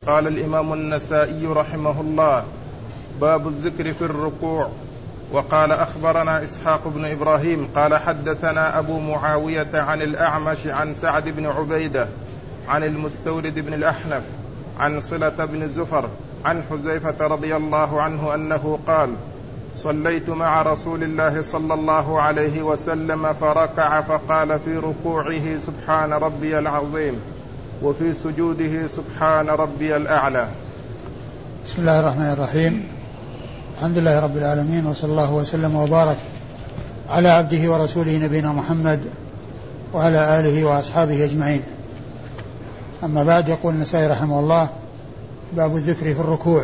قال الإمام النسائي رحمه الله: باب الذكر في الركوع. وقال: أخبرنا إسحاق بن إبراهيم قال حدثنا أبو معاوية عن الأعمش عن سعد بن عبيدة عن المستورد بن الأحنف عن صلة بن زفر عن حذيفة رضي الله عنه أنه قال: صليت مع رسول الله صلى الله عليه وسلم فركع فقال في ركوعه: سبحان ربي العظيم، وفي سجوده: سبحان ربي الأعلى. بسم الله الرحمن الرحيم. الحمد لله رب العالمين، وصلى الله وسلم وبارك على عبده ورسوله نبينا محمد وعلى آله وأصحابه أجمعين. أما بعد، يقول النسائي رحمه الله: باب الذكر في الركوع.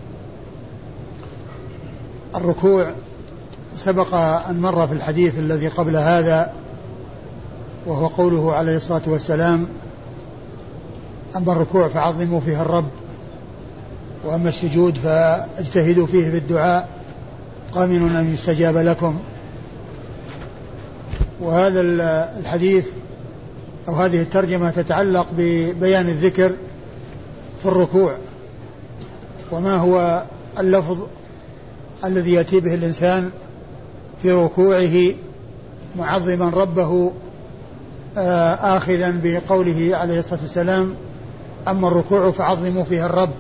الركوع سبق أن مر في الحديث الذي قبل هذا، وهو قوله عليه الصلاة والسلام: أما الركوع فعظموا فيه الرب، وأما السجود فاجتهدوا فيه بالدعاء، قامن أن يستجاب لكم. وهذا الحديث أو هذه الترجمة تتعلق ببيان الذكر في الركوع، وما هو اللفظ الذي يأتي به الإنسان في ركوعه معظما ربه، آخذا بقوله عليه الصلاة والسلام: أما الركوع فعظموا فيه الرب.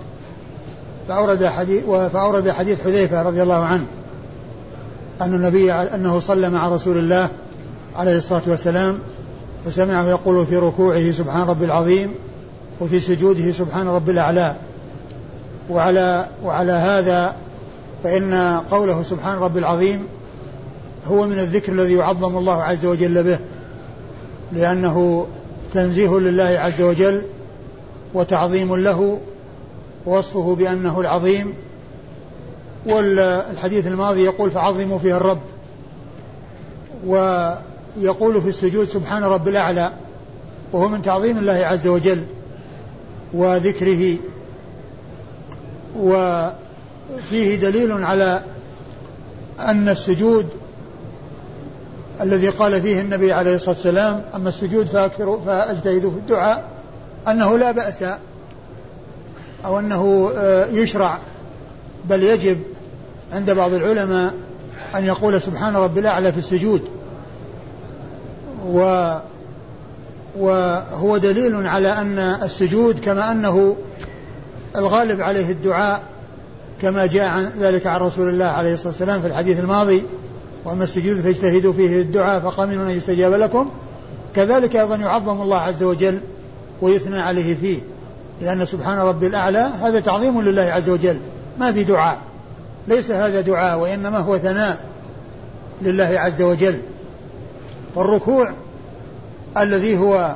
فأورد حديث حذيفة رضي الله عنه أن النبي أنه صلى مع رسول الله عليه الصلاة والسلام فسمعه يقول في ركوعه: سبحان ربي العظيم، وفي سجوده: سبحان ربي الأعلى. وعلى هذا فإن قوله سبحان ربي العظيم هو من الذكر الذي يعظم الله عز وجل به، لأنه تنزيه لله عز وجل وتعظيم له، ووصفه بأنه العظيم. والحديث الماضي يقول: فعظموا فيه الرب. ويقول في السجود: سبحان ربي الأعلى، وهو من تعظيم الله عز وجل وذكره. وفيه دليل على أن السجود الذي قال فيه النبي عليه الصلاة والسلام: أما السجود فاجتهدوا في الدعاء، أنه لا بأس أو أنه يشرع، بل يجب عند بعض العلماء أن يقول سبحان ربي الأعلى في السجود. وهو دليل على أن السجود كما أنه الغالب عليه الدعاء، كما جاء عن ذلك عن رسول الله عليه الصلاة والسلام في الحديث الماضي: وأما السجود فاجتهدوا فيه الدعاء فقامن أن يستجاب لكم. كذلك أيضا يعظم الله عز وجل ويثنى عليه فيه، لأن سبحان ربي الأعلى هذا تعظيم لله عز وجل، ما في دعاء، ليس هذا دعاء، وإنما هو ثناء لله عز وجل. والركوع الذي هو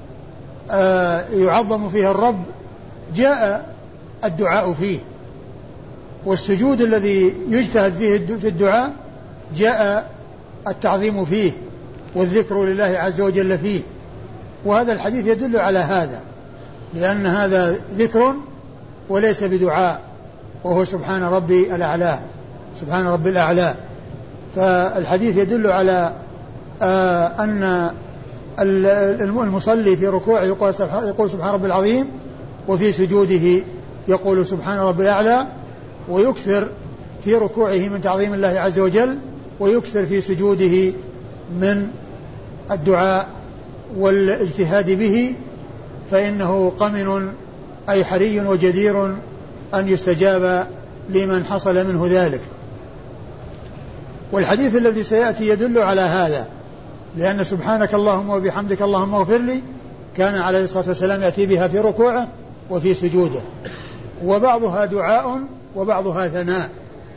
يعظم فيه الرب جاء الدعاء فيه، والسجود الذي يجتهد فيه في الدعاء جاء التعظيم فيه والذكر لله عز وجل فيه. وهذا الحديث يدل على هذا، لأن هذا ذكر وليس بدعاء، وهو سبحان ربي الأعلى، سبحان ربي الأعلى. فالحديث يدل على أن المصلي في ركوعه يقول سبحان ربي العظيم، وفي سجوده يقول سبحان ربي الأعلى، ويكثر في ركوعه من تعظيم الله عز وجل، ويكثر في سجوده من الدعاء والاجتهاد به، فإنه قمن أي حري وجدير أن يستجاب لمن حصل منه ذلك. والحديث الذي سيأتي يدل على هذا، لأن سبحانك اللهم وبحمدك اللهم اغفر لي كان عليه الصلاة والسلام يأتي بها في ركوعه وفي سجوده، وبعضها دعاء وبعضها ثناء.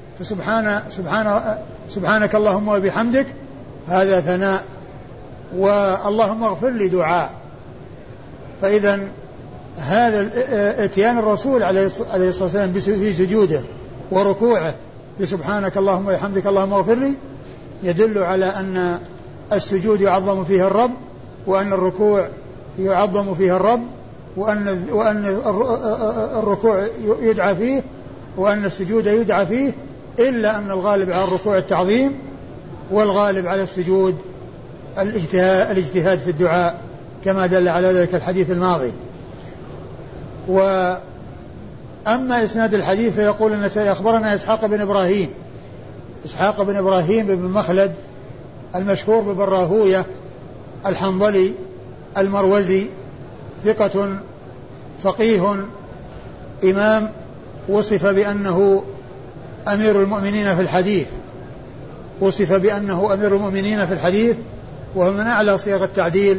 سبحانك اللهم وبحمدك هذا ثناء، واللهم اغفر لي دعاء. فإذا هذا اتيان الرسول عليه الصلاة والسلام في سجوده وركوعه بسبحانك اللهم وبحمدك اللهم اغفر لي يدل على أن السجود يعظم فيه الرب، وأن الركوع يعظم فيه الرب، وأن الركوع يدعى فيه، وأن السجود يدعى فيه، إلا أن الغالب على الركوع التعظيم، والغالب على السجود الاجتهاد في الدعاء، كما دل على ذلك الحديث الماضي. أما إسناد الحديث فيقول النسائي أخبرنا إسحاق بن إبراهيم بن مخلد المشهور ببن راهوية الحنظلي المروزي، ثقة فقيه إمام، وصف بأنه أمير المؤمنين في الحديث، وهو من أعلى صيغ التعديل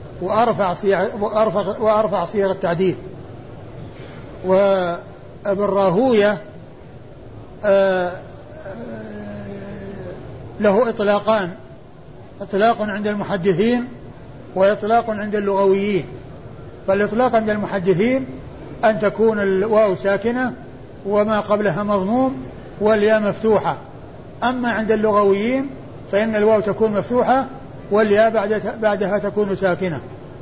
وأرفع صيغ التعديل. وابن راهوية له إطلاق عند المحدثين وإطلاق عند اللغويين. فالإطلاق عند المحدثين أن تكون الواو ساكنة وما قبلها مضموم والياء مفتوحة. أما عند اللغويين فإن الواو تكون مفتوحة والياء بعدها تكون ساكنة.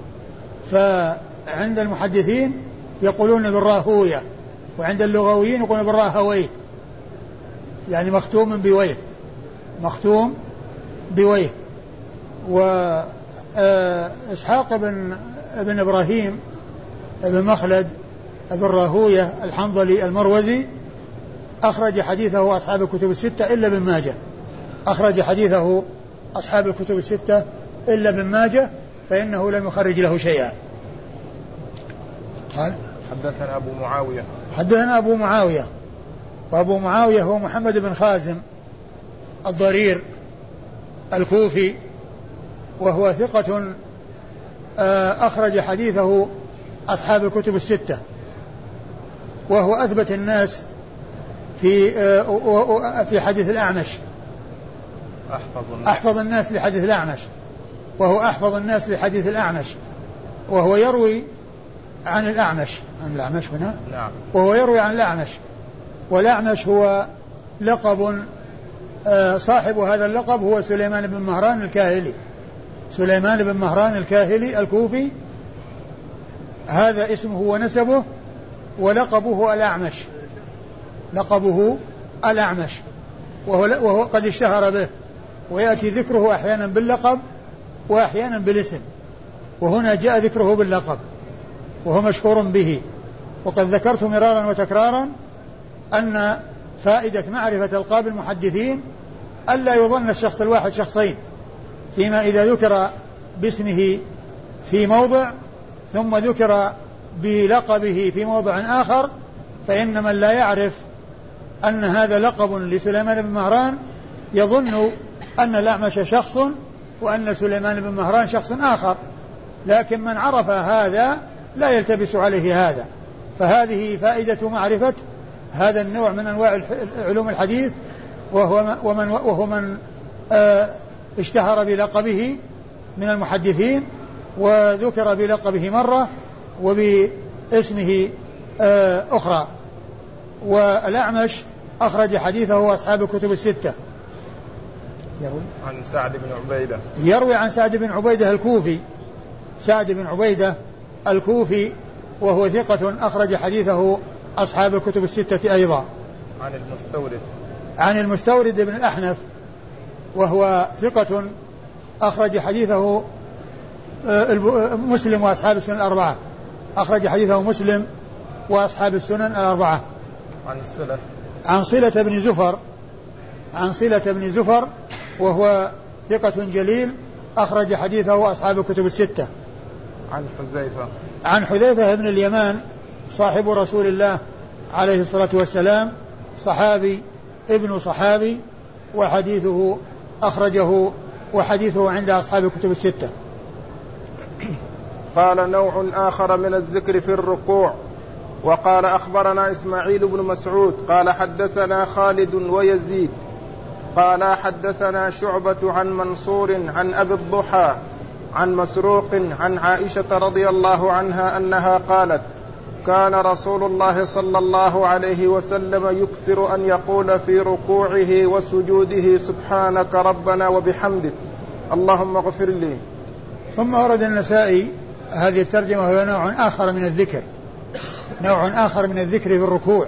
فعند المحدثين يقولون بالراهوية، وعند اللغويين يقولون بالراهويه، يعني مختوم بويه. وإسحاق بن إبراهيم بن مخلد بن راهوية الحنظلي المروزي أخرج حديثه أصحاب الكتب الستة إلا ابن ماجه، فإنه لم يخرج له شيئا. قال حدثنا أبو معاوية، وأبو معاوية هو محمد بن خازم الضرير الكوفي، وهو ثقة أخرج حديثه أصحاب الكتب الستة، وهو أثبت الناس في حديث الأعمش، أحفظ الناس لحديث الأعمش، وهو يروي عن الأعمش هنا، وهو يروي عن الأعمش، والأعمش هو لقب صاحب هذا اللقب هو سليمان بن مهران الكاهلي الكوفي، هذا اسمه ونسبه، ولقبه الأعمش، وهو قد اشتهر به، ويأتي ذكره أحيانا باللقب وأحيانا بالاسم، وهنا جاء ذكره باللقب وهو مشهور به. وقد ذكرت مرارا وتكرارا أن فائدة معرفة ألقاب المحدثين ألا يظن الشخص الواحد شخصين، فيما إذا ذكر باسمه في موضع ثم ذكر بلقبه في موضع آخر، فإن من لا يعرف أن هذا لقب لسليمان بن مهران يظن أن الأعمش شخص وأن سليمان بن مهران شخص آخر، لكن من عرف هذا لا يلتبس عليه هذا. فهذه فائدة معرفة هذا النوع من أنواع علوم الحديث، وهو من اشتهر بلقبه من المحدثين، وذكر بلقبه مرة وباسمه أخرى. والأعمش أخرج حديثه أصحاب الكتب الستة. يروي عن سعد بن عبيدة الكوفي، وهو ثقة أخرج حديثه أصحاب الكتب الستة أيضا. عن المستورد بن الأحنف، وهو ثقة أخرج حديثه مسلم وأصحاب السنن الأربعة، عن صلة بن زفر، وهو ثقة جليل أخرج حديثه أصحاب الكتب الستة. عن حذيفة بن اليمان صاحب رسول الله عليه الصلاة والسلام، صحابي ابن صحابي، وحديثه عند أصحاب الكتب الستة. قال نوع آخر من الذكر في الركوع. وقال أخبرنا إسماعيل بن مسعود قال حدثنا خالد ويزيد قال حدثنا شعبة عن منصور عن أبي الضحى عن مسروق عن عائشة رضي الله عنها أنها قالت: كان رسول الله صلى الله عليه وسلم يكثر أن يقول في ركوعه وسجوده: سبحانك ربنا وبحمدك اللهم اغفر لي. ثم ورد النسائي هذه الترجمة، وهو نوع آخر من الذكر في الركوع،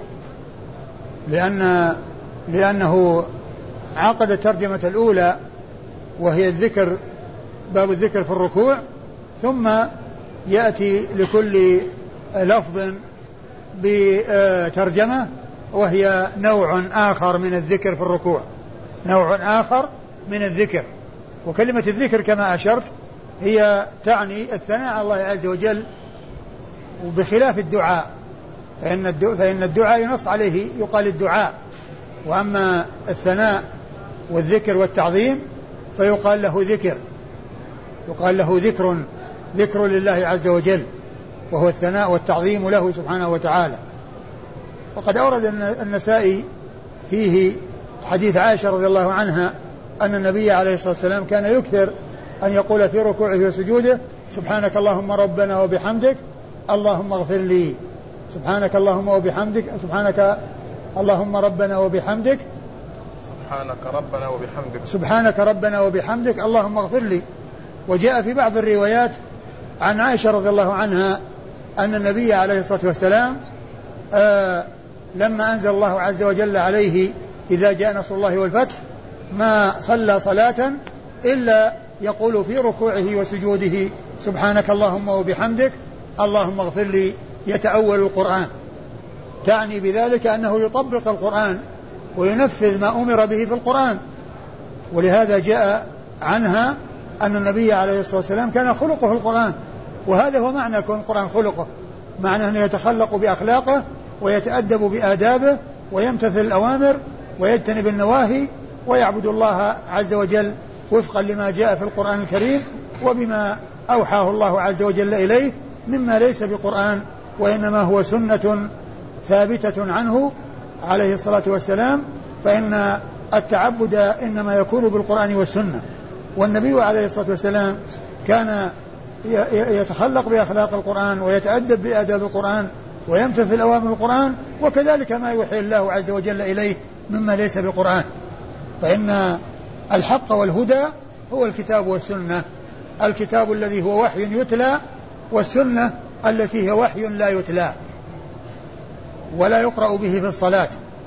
لأنه عقد الترجمة الأولى وهي الذكر، باب الذكر في الركوع، ثم يأتي لكل لفظ بترجمة وهي نوع آخر من الذكر في الركوع، نوع آخر من الذكر. وكلمة الذكر كما أشرت هي تعني الثناء على الله عز وجل، وبخلاف الدعاء، فإن الدعاء ينص عليه يقال الدعاء، وأما الثناء والذكر والتعظيم فيقال له ذكر، يقال له ذكر لله عز وجل، وهو الثناء والتعظيم له سبحانه وتعالى. وقد أورد النسائي فيه حديث عائشة رضي الله عنها أن النبي عليه الصلاة والسلام كان يكثر أن يقول في ركوعه وسجوده: سبحانك اللهم ربنا وبحمدك اللهم اغفر لي، سبحانك اللهم وبحمدك، سبحانك اللهم ربنا وبحمدك، سبحانك ربنا وبحمدك، سبحانك ربنا وبحمدك اللهم اغفر لي. وجاء في بعض الروايات عن عائشة رضي الله عنها أن النبي عليه الصلاة والسلام لما أنزل الله عز وجل عليه إذا جاء نصر الله والفتح ما صلى صلاة إلا يقول في ركوعه وسجوده: سبحانك اللهم وبحمدك اللهم اغفر لي، يتأول القرآن، تعني بذلك أنه يطبق القرآن وينفذ ما أمر به في القرآن. ولهذا جاء عنها أن النبي عليه الصلاة والسلام كان خلقه القرآن، وهذا هو معنى كون القرآن خلقه، معنى أنه يتخلق بأخلاقه ويتأدب بآدابه ويمتثل الأوامر ويجتنب النواهي ويعبد الله عز وجل وفقا لما جاء في القرآن الكريم وبما أوحاه الله عز وجل إليه مما ليس بقرآن، وإنما هو سنة ثابتة عنه عليه الصلاة والسلام، فإن التعبد إنما يكون بالقرآن والسنة. والنبي عليه الصلاة والسلام كان يتخلق بأخلاق القرآن ويتأدب بآداب القرآن ويمتثل أوامر القرآن، وكذلك ما يوحي الله عز وجل إليه مما ليس بقرآن. فإن الحق والهدى هو الكتاب والسنة، الكتاب الذي هو وحي يتلى، والسنة التي هي وحي لا يتلى ولا يقرأ به في الصلاة،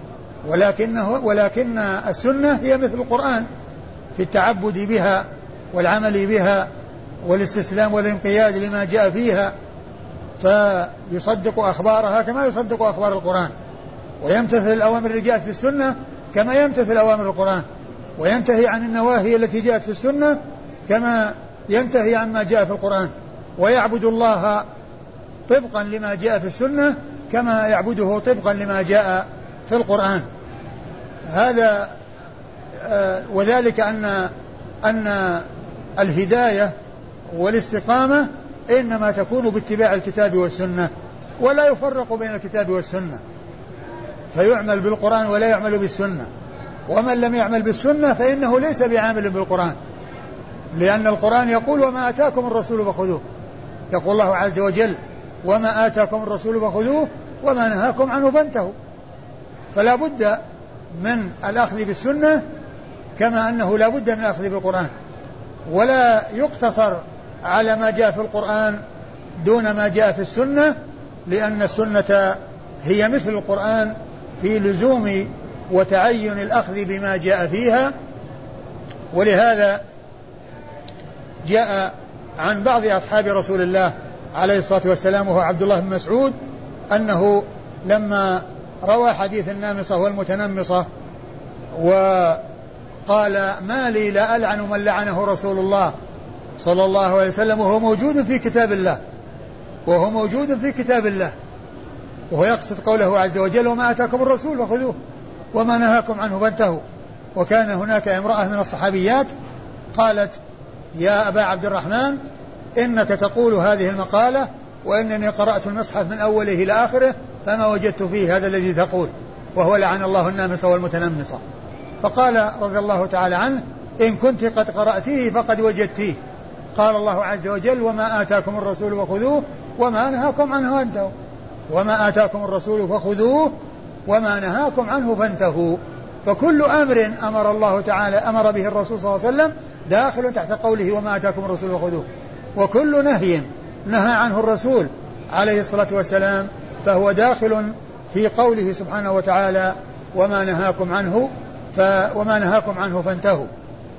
ولكن السنة هي مثل القرآن في التعبد بها والعمل بها والاستسلام والانقياد لما جاء فيها، فيصدق أخبارها كما يصدق أخبار القرآن، ويمتثل الأوامر اللي جاءت في السنة كما يمتثل أوامر القرآن، وينتهي عن النواهي التي جاءت في السنة كما ينتهي عما جاء في القرآن، ويعبد الله طبقا لما جاء في السنة كما يعبده طبقا لما جاء في القرآن. هذا وذلك أن الهداية والاستقامة إنما تكون باتباع الكتاب والسنة، ولا يفرق بين الكتاب والسنة، فيعمل بالقرآن ولا يعمل بالسنة. ومن لم يعمل بالسنة فإنه ليس بعامل بالقرآن، لأن القرآن يقول: وما آتاكم الرسول فخذوه، يقول الله عز وجل: وما آتاكم الرسول فخذوه وما نهاكم عنه فانتهوا. فلا بد من الأخذ بالسنة كما أنه لا بد من الأخذ بالقرآن، ولا يقتصر على ما جاء في القرآن دون ما جاء في السنة، لأن السنة هي مثل القرآن في لزوم وتعين الأخذ بما جاء فيها. ولهذا جاء عن بعض أصحاب رسول الله عليه الصلاة والسلام وهو عبد الله بن مسعود أنه لما روى حديث النامصة والمتنمصة وقال: ما لي لا ألعن من لعنه رسول الله صلى الله عليه وسلم وهو موجود في كتاب الله، وهو موجود في كتاب الله، وهو يقصد قوله عز وجل: وما آتاكم الرسول فخذوه وما نهاكم عنه فانتهوا. وكان هناك امرأة من الصحابيات قالت: يا أبا عبد الرحمن، إنك تقول هذه المقالة وإنني قرأت المصحف من أوله إلى آخره فما وجدت فيه هذا الذي تقول، وهو لعن الله النامصة والمتنمصة. فقال رضي الله تعالى عنه: إن كنت قد قرأتيه فقد وجدتيه. قال الله عز وجل: وما آتاكم الرسول فخذوه وما نهاكم عنه فانتهوا، وما آتاكم الرسول فخذوه وما نهاكم عنه فانتهوا. فكل أمر أمر الله تعالى أمر به الرسول صلى الله عليه وسلم داخل تحت قوله: وما آتاكم الرسول فخذوه، وكل نهي نهى عنه الرسول عليه الصلاة والسلام فهو داخل في قوله سبحانه وتعالى: وما نهاكم عنه فانتهوا.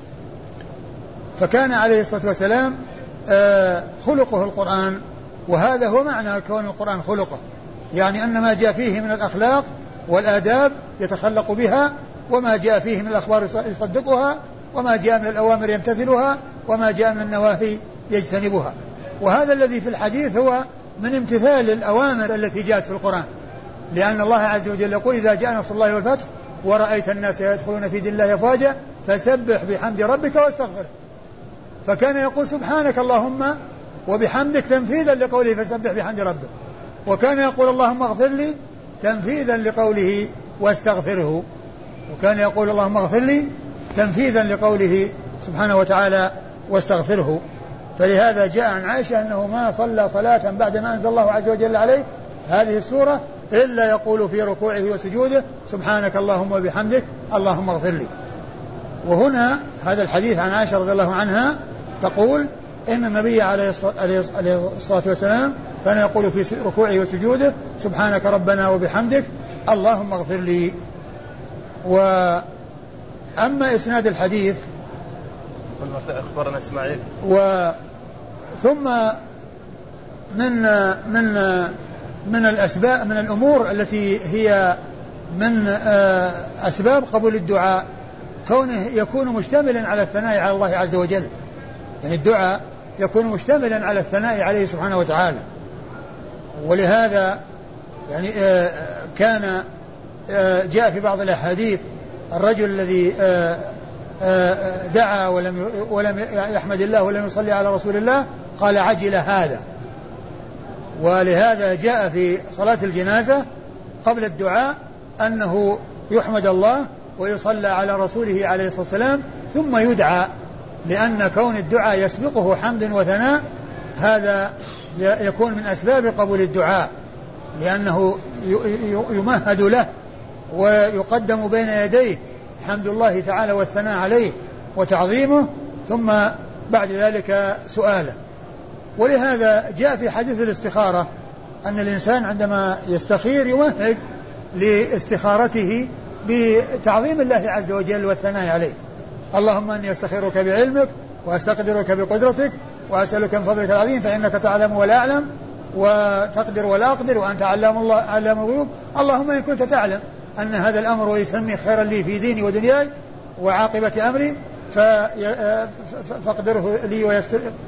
فكان عليه الصلاة والسلام خلقه القرآن، وهذا هو معنى كون القرآن خلقه، يعني أن ما جاء فيه من الأخلاق والآداب يتخلق بها، وما جاء فيه من الأخبار يصدقها، وما جاء من الأوامر يمتثلها، وما جاء من النواهي يجتنبها. وهذا الذي في الحديث هو من امتثال الأوامر التي جاءت في القرآن، لأن الله عز وجل يقول إذا جاء نصر الله والفتح ورأيت الناس يدخلون في دين الله أفواجا فسبح بحمد ربك واستغفره. فكان يقول سبحانك اللهم وبحمدك تنفيذا لقوله فسبح بحمد ربك، وكان يقول اللهم اغفر لي تنفيذا لقوله واستغفره، وكان يقول اللهم اغفر لي تنفيذا لقوله سبحانه وتعالى واستغفره. فلهذا جاء عن عائشة أنه ما صلى صلاة بعد ما أنزل الله عز وجل عليه هذه السورة إلا يقول في ركوعه وسجوده سبحانك اللهم وبحمدك اللهم اغفر لي. وهنا هذا الحديث عن عائشة رضي الله عنها تقول إن النبي عليه الصلاة والسلام كان يقول في ركوعه وسجوده سبحانك ربنا وبحمدك اللهم اغفر لي. وأما إسناد الحديث أخبرنا إسماعيل ثم من الأسباب من الأمور التي هي من أسباب قبول الدعاء كونه يكون مشتملا على الثناء على الله عز وجل، يعني الدعاء يكون مشتملا على الثناء عليه سبحانه وتعالى. ولهذا يعني كان جاء في بعض الأحاديث الرجل الذي دعا ولم يحمد الله ولم يصلي على رسول الله قال عجل هذا. ولهذا جاء في صلاة الجنازة قبل الدعاء أنه يحمد الله ويصلى على رسوله عليه الصلاة والسلام ثم يدعى، لأن كون الدعاء يسبقه حمد وثناء هذا يكون من أسباب قبول الدعاء، لأنه يمهد له ويقدم بين يديه حمد الله تعالى والثناء عليه وتعظيمه ثم بعد ذلك سؤاله. ولهذا جاء في حديث الاستخارة أن الإنسان عندما يستخير يمهد لاستخارته بتعظيم الله عز وجل والثناء عليه. اللهم أني أستخيرك بعلمك وأستقدرك بقدرتك وأسألك من فضلك العظيم فإنك تعلم ولا أعلم وتقدر ولا أقدر وأنت علام الغيوب. اللهم إن كنت تعلم أن هذا الأمر يسمي خيرا لي في ديني ودنياي وعاقبة أمري فاقدره لي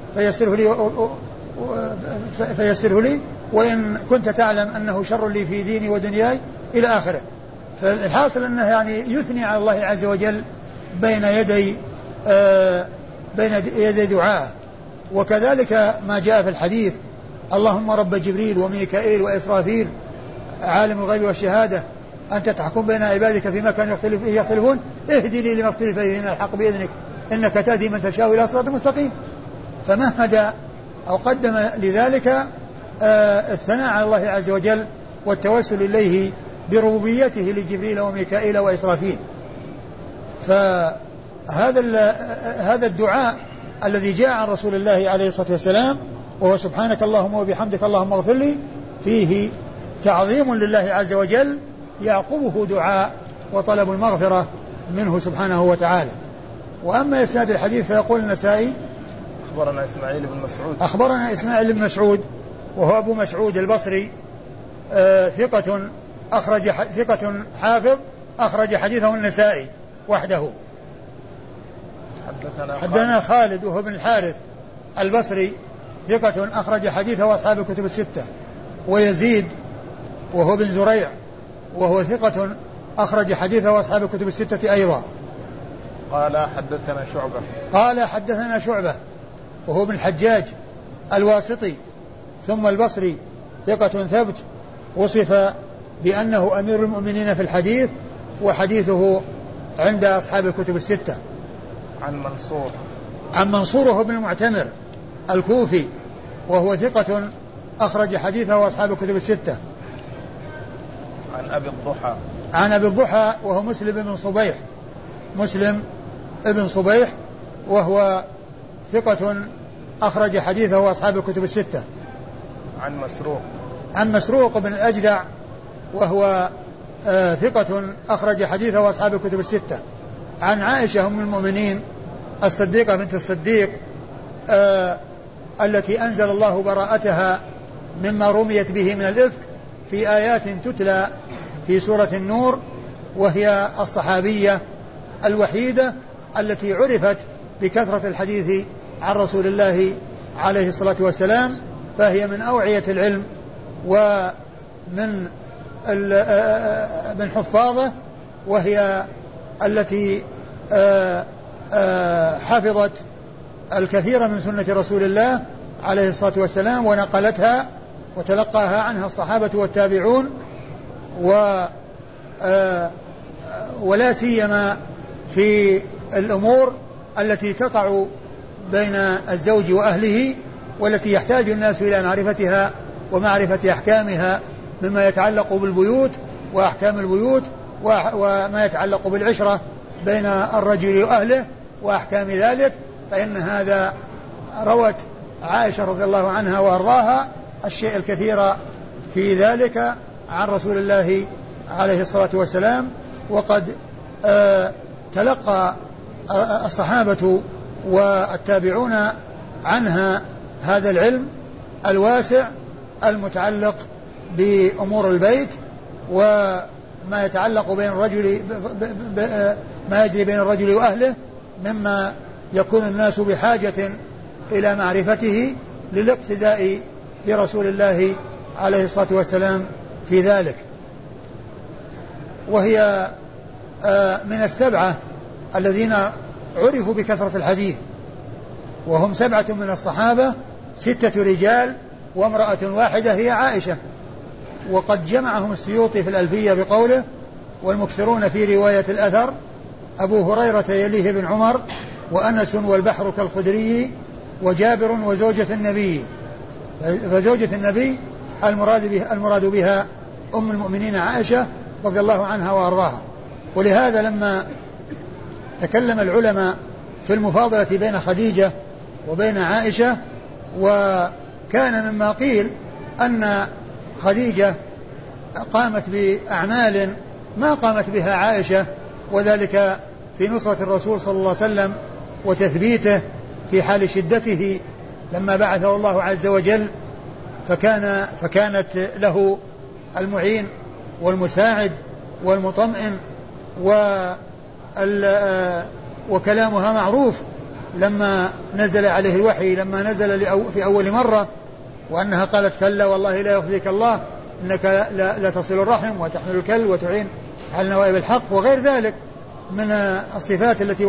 فيسره لي وإن كنت تعلم أنه شر لي في ديني ودنياي إلى آخره. فالحاصل أنه يعني يثني على الله عز وجل بين يدي دعاء. وكذلك ما جاء في الحديث اللهم رب جبريل وميكائيل وإسرافيل عالم الغيب والشهادة أنت تحكم بين عبادك فيما كانوا يختلفون اهدني لما اختلف فيه من الحق بإذنك إنك تهدي من تشاء إلى صراط مستقيم. فمهد أو قدم لذلك الثناء على الله عز وجل والتوسل إليه بربوبيته لجبريل وميكائيل وإسرافيل. فهذا الدعاء الذي جاء عن رسول الله عليه الصلاة والسلام وهو سبحانك اللهم وبحمدك اللهم اغفر لي فيه تعظيم لله عز وجل يعقبه دعاء وطلب المغفرة منه سبحانه وتعالى. وأما إسناد الحديث فيقول النسائي أخبرنا إسماعيل بن مسعود أخبرنا إسماعيل بن مسعود وهو أبو مسعود البصري ثقة حافظ أخرج حديثه النسائي وحده. حدثنا خالد وهو بن الحارث البصري ثقة أخرج حديثه أصحاب الكتب الستة. ويزيد وهو بن زريع وهو ثقة أخرج حديثه أصحاب الكتب الستة أيضا. قال حدثنا شعبة وهو بن الحجاج الواسطي ثم البصري ثقة ثبت وصف بأنه أمير المؤمنين في الحديث وحديثه عند أصحاب الكتب الستة. عن منصور وهو بن المعتمر الكوفي وهو ثقة أخرج حديثه أصحاب الكتب الستة. عن أبي الضحى وهو مسلم ابن صبيح وهو ثقة أخرج حديثه أصحاب الكتب الستة. عن مسروق بن الأجدع وهو ثقة أخرج حديثه أصحاب الكتب الستة. عن عائشة أم المؤمنين الصديقة بنت الصديق التي أنزل الله براءتها مما رميت به من الإفك في آيات تتلى في سورة النور، وهي الصحابية الوحيدة التي عرفت بكثرة الحديث عن رسول الله عليه الصلاة والسلام، فهي من أوعية العلم ومن من حفاظه، وهي التي حفظت الكثير من سنة رسول الله عليه الصلاة والسلام ونقلتها وتلقاها عنها الصحابة والتابعون، ولا سيما في الأمور التي تقع بين الزوج وأهله، والتي يحتاج الناس إلى معرفتها ومعرفة أحكامها، مما يتعلق بالبيوت وأحكام البيوت، وما يتعلق بالعشرة بين الرجل وأهله وأحكام ذلك. فإن هذا روت عائشة رضي الله عنها وأرضاها الشيء الكثير في ذلك عن رسول الله عليه الصلاة والسلام. وقد تلقى الصحابة والتابعون عنها هذا العلم الواسع المتعلق بأمور البيت، وما يتعلق بين الرجل ما يجري بين الرجل وأهله، مما يكون الناس بحاجة إلى معرفته للاقتداء برسول الله عليه الصلاة والسلام في ذلك. وهي من السبعة الذين عرفوا بكثرة الحديث، وهم 7 من الصحابة، 6 رجال وامرأة واحدة هي عائشة. وقد جمعهم السيوطي في الألفية بقوله: والمكثرون في رواية الأثر أبو هريرة يليه بن عمر، وأنس والبحر كالخدري، وجابر وزوجة النبي. فزوجة النبي المراد بها أم المؤمنين عائشة رضي الله عنها وأرضاها. ولهذا لما تكلم العلماء في المفاضلة بين خديجة وبين عائشة، وكان مما قيل أن خديجة قامت بأعمال ما قامت بها عائشة، وذلك في نصرة الرسول صلى الله عليه وسلم وتثبيته في حال شدته لما بعثه الله عز وجل، فكانت له المعين والمساعد والمطمئن، وكلامها معروف لما نزل عليه الوحي، لما نزل في أول مرة، وأنها قالت: كلا والله لا يخزيك الله إنك لا تصل الرحم وتحمل الكل وتعين على نوائب الحق، وغير ذلك من الصفات التي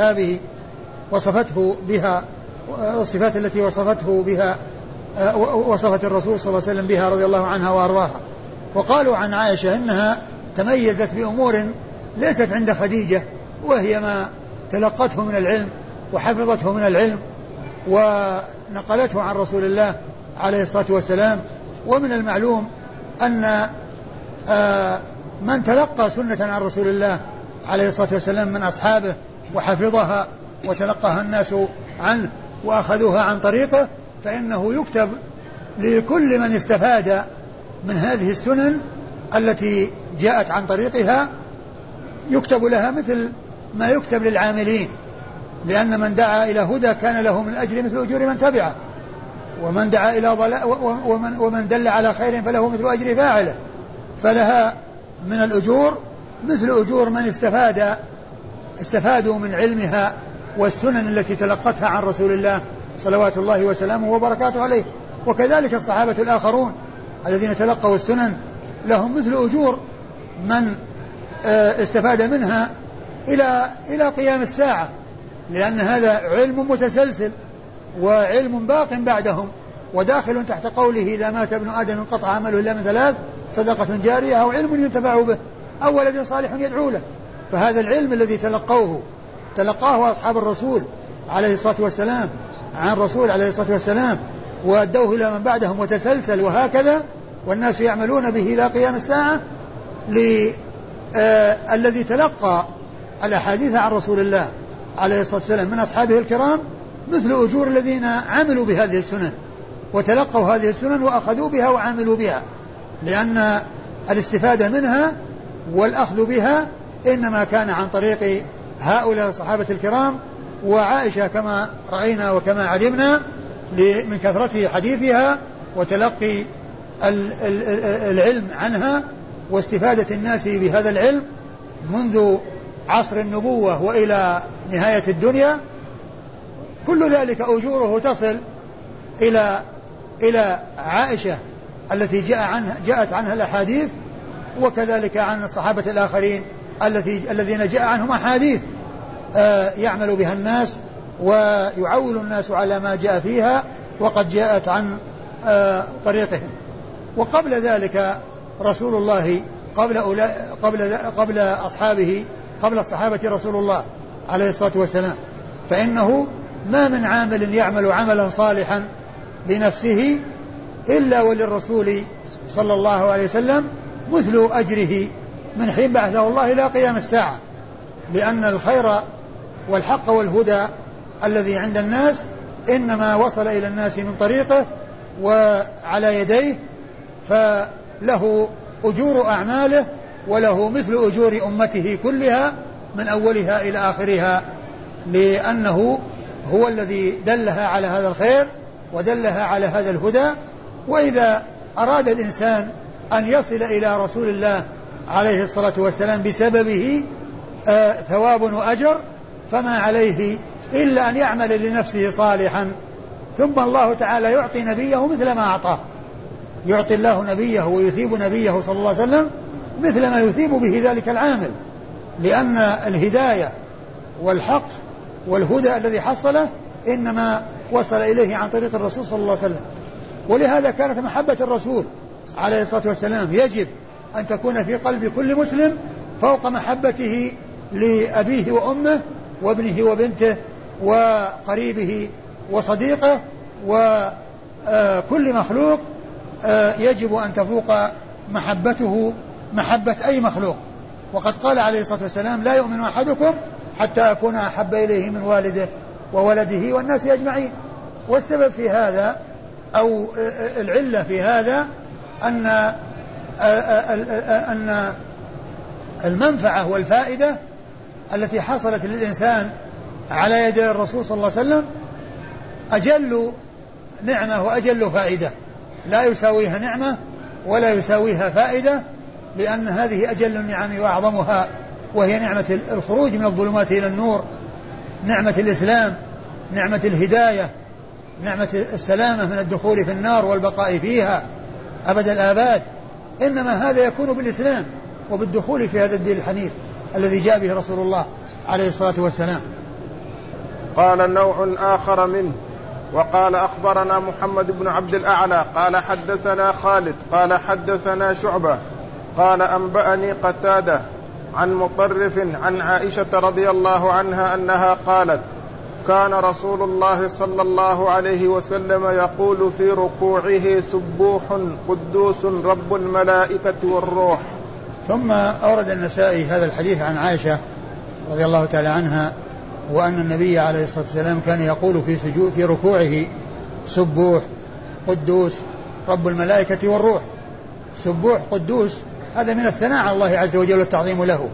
وصفته بها الصفات التي وصفته بها وصفت الرسول صلى الله عليه وسلم بها رضي الله عنها وأرضاها. وقالوا عن عائشة إنها تميزت بأمور ليست عند خديجة، وهي ما تلقته من العلم وحفظته من العلم ونقلته عن رسول الله عليه الصلاة والسلام. ومن المعلوم أن من تلقى سنة عن رسول الله عليه الصلاة والسلام من أصحابه وحفظها وتلقاها الناس عنه وأخذوها عن طريقه، فإنه يكتب لكل من استفاد من هذه السنن التي جاءت عن طريقها، يكتب لها مثل ما يكتب للعاملين، لأن من دعا إلى هدى كان له من الأجر مثل أجور من تبعه، ومن دعا إلى ضلال ومن دل على خير فله مثل أجر فاعله، فلها من الأجور مثل أجور من استفادوا من علمها والسنن التي تلقتها عن رسول الله صلوات الله وسلامه وبركاته عليه. وكذلك الصحابة الآخرون الذين تلقوا السنن لهم مثل أجور من استفاد منها إلى قيام الساعة، لأن هذا علم متسلسل وعلم باق بعدهم، وداخل تحت قوله: إذا مات ابن آدم انقطع عمله إلا من 3: صدقة جارية أو علم ينتفع به أو ولد صالح يدعو له. فهذا العلم الذي تلقاه أصحاب الرسول عليه الصلاة والسلام عن الرسول عليه الصلاة والسلام وأدوه إلى من بعدهم وتسلسل وهكذا، والناس يعملون به إلى قيام الساعة. الذي تلقى الأحاديث عن رسول الله عليه الصلاة والسلام من أصحابه الكرام مثل أجور الذين عملوا بهذه السنن وتلقوا هذه السنن وأخذوا بها وعملوا بها، لأن الاستفادة منها والأخذ بها إنما كان عن طريق هؤلاء الصحابة الكرام. وعائشة كما رأينا وكما علمنا من كثرة حديثها وتلقي العلم عنها واستفادة الناس بهذا العلم منذ عصر النبوة وإلى نهاية الدنيا، كل ذلك أجوره تصل إلى عائشة التي جاءت عنها الأحاديث، وكذلك عن الصحابة الآخرين الذين جاء عنهم أحاديث يعمل بها الناس ويعول الناس على ما جاء فيها وقد جاءت عن طريقهم. وقبل ذلك رسول الله قبل أصحابه، قبل الصحابة رسول الله عليه الصلاة والسلام، فإنه ما من عامل يعمل عملا صالحا بنفسه إلا وللرسول صلى الله عليه وسلم مثل أجره من حين بعثه الله إلى قيام الساعة، لأن الخير والحق والهدى الذي عند الناس إنما وصل إلى الناس من طريقه وعلى يديه، فله أجور أعماله وله مثل أجور أمته كلها من أولها إلى آخرها، لأنه هو الذي دلها على هذا الخير ودلها على هذا الهدى. وإذا أراد الإنسان أن يصل إلى رسول الله عليه الصلاة والسلام بسببه ثواب وأجر، فما عليه إلا أن يعمل لنفسه صالحا، ثم الله تعالى يعطي نبيه مثل ما أعطاه، يعطي الله نبيه ويثيب نبيه صلى الله عليه وسلم مثل ما يثيب به ذلك العامل، لأن الهداية والحق والهدى الذي حصله إنما وصل إليه عن طريق الرسول صلى الله عليه وسلم. ولهذا كانت محبة الرسول عليه الصلاة والسلام يجب أن تكون في قلب كل مسلم فوق محبته لأبيه وأمه وابنه وبنته وقريبه وصديقه وكل مخلوق، يجب أن تفوق محبته محبة أي مخلوق. وقد قال عليه الصلاة والسلام: لا يؤمن أحدكم حتى أكون أحب إليه من والده وولده والناس أجمعين. والسبب في هذا أو العلة في هذا أن المنفعة والفائدة التي حصلت للإنسان على يد الرسول صلى الله عليه وسلم أجل نعمة وأجل فائدة، لا يساويها نعمة ولا يساويها فائدة، لأن هذه أجل النعم وأعظمها، وهي نعمة الخروج من الظلمات إلى النور، نعمة الإسلام، نعمة الهداية، نعمة السلامة من الدخول في النار والبقاء فيها أبد الآباد. إنما هذا يكون بالإسلام وبالدخول في هذا الدين الحنيف الذي جاء به رسول الله عليه الصلاة والسلام. قال نوع آخر منه: وقال أخبرنا محمد بن عبد الأعلى قال حدثنا خالد قال حدثنا شعبة قال أنبأني قتادة عن مطرف عن عائشة رضي الله عنها أنها قالت: كان رسول الله صلى الله عليه وسلم يقول في ركوعه: سبوح قدوس رب الملائكة والروح. ثم أورد النسائي هذا الحديث عن عائشة رضي الله تعالى عنها، وأن النبي عليه الصلاة والسلام كان يقول في ركوعه: سبوح قدوس رب الملائكة والروح. سبوح قدوس هذا من الثناء على الله عز وجل والتعظيم له،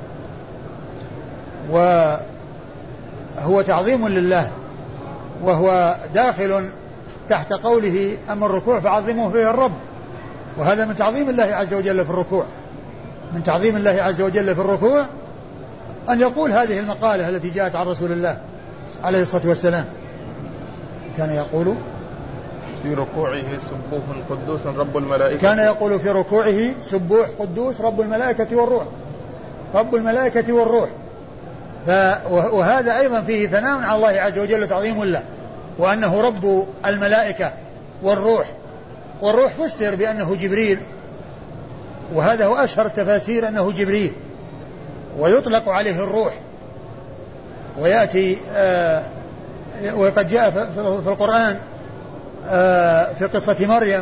وهو تعظيم لله، وهو داخل تحت قوله: أما الركوع فعظموه فيه الرب. وهذا من تعظيم الله عز وجل في الركوع، من تعظيم الله عز وجل في الركوع أن يقول هذه المقالة التي جاءت عن رسول الله عليه الصلاة والسلام. كان يقول في ركوعه: سبوح قدوس رب الملائكة. كان يقول في ركوعه: سبوح قدوس رب الملائكة والروح، رب الملائكة والروح. وهذا أيضا فيه ثناء على الله عز وجل وتعظيم له، وأنه رب الملائكة والروح. والروح فسر بأنه جبريل، وهذا هو أشهر التفاسير أنه جبريل، ويطلق عليه الروح. ويأتي وقد جاء في القرآن في قصة مريم: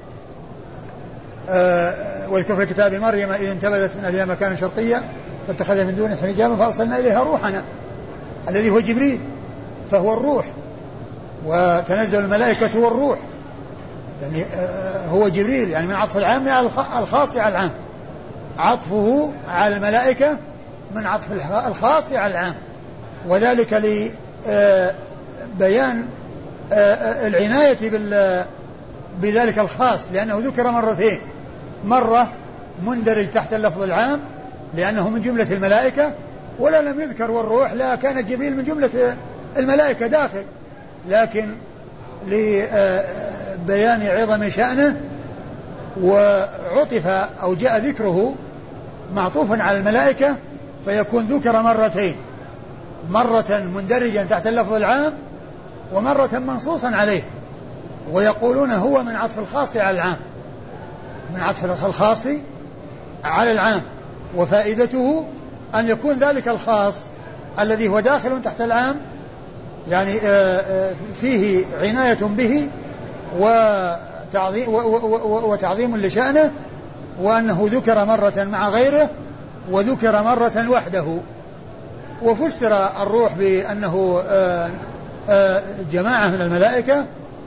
واذكر في الكتاب مريم إذ انتبذت من أهلها مكانا شرقيا فاتخذ من دونه حجابا فأرسلنا إليها روحنا الذي هو جبريل، فهو الروح. وتنزل الملائكة والروح، يعني هو جبريل، يعني من عطف العام على الخاص على العام، عطفه على الملائكة من عطف الخاص على العام، وذلك لبيان العناية بذلك الخاص لأنه ذكر مرتين، مرة مندرج تحت اللفظ العام لأنه من جملة الملائكة، ولا لم يذكر والروح لا كان جبريل من جملة الملائكة داخل، لكن لبيان عظم شأنه وعطف أو جاء ذكره معطوفا على الملائكة فيكون ذكر مرتين، مرة مندرجا تحت اللفظ العام ومرة منصوصا عليه، ويقولون هو من عطف الخاص على العام، من عطف الخاص على العام، وفائدته أن يكون ذلك الخاص الذي هو داخل تحت العام يعني فيه عناية به وتعظيم لشأنه، وأنه ذكر مرة مع غيره وذكر مرة وحده. وفسر الروح بأنه جماعة من الملائكة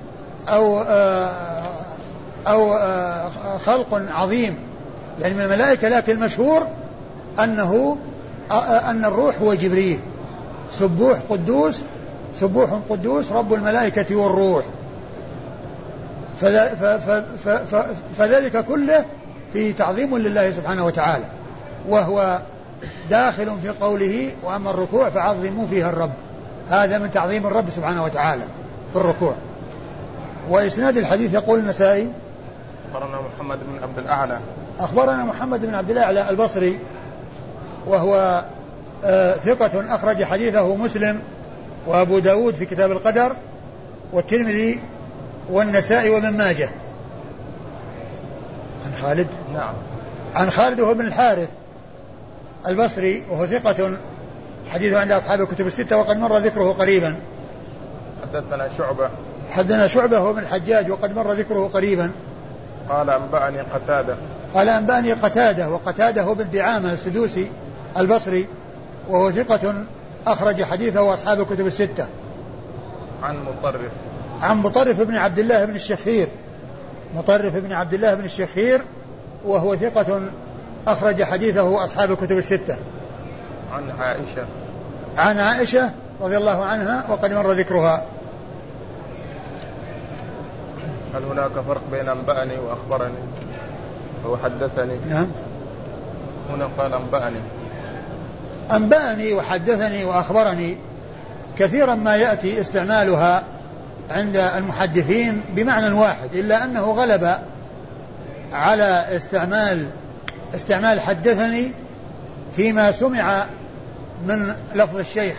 أو خلق عظيم يعني من الملائكة، لكن المشهور أن الروح هو جبريل، سبوح قدوس رب الملائكة والروح، فذلك كله في تعظيم لله سبحانه وتعالى، وهو داخل في قوله وأما الركوع فعظموا فيها الرب، هذا من تعظيم الرب سبحانه وتعالى في الركوع. وإسناد الحديث يقول النسائي أخبرنا محمد بن عبد الأعلى، أخبرنا محمد بن عبد الأعلى البصري وهو ثقة أخرج حديثه مسلم وأبو داود في كتاب القدر والترمذي والنسائي وابن ماجه. عن خالد، نعم، عن خالد وهو بن الحارث البصري وهو ثقة حديثه عند أصحاب الكتب الستة وقد مر ذكره قريبا. حدثنا شعبة، حدثنا شعبة هو بن الحجاج وقد مر ذكره قريبا. قال أنبأني قتادة، قال أنبأني قتادة، وقتادة هو بن دعامة السدوسي البصري وهو ثقة أخرج حديثه أصحاب الكتب الستة. عن مطرف بن عبد الله بن الشخير، مطرف بن عبد الله بن الشخير وهو ثقة أخرج حديثه أصحاب الكتب الستة. عن عائشة رضي الله عنها وقد مر ذكرها. هل هناك فرق بين أنبأني وأخبرني وحدثني؟ نعم، هنا قال أنبأني وحدثني وأخبرني كثيرا ما يأتي استعمالها عند المحدثين بمعنى واحد، إلا أنه غلب على استعمال حدثني فيما سمع من لفظ الشيخ،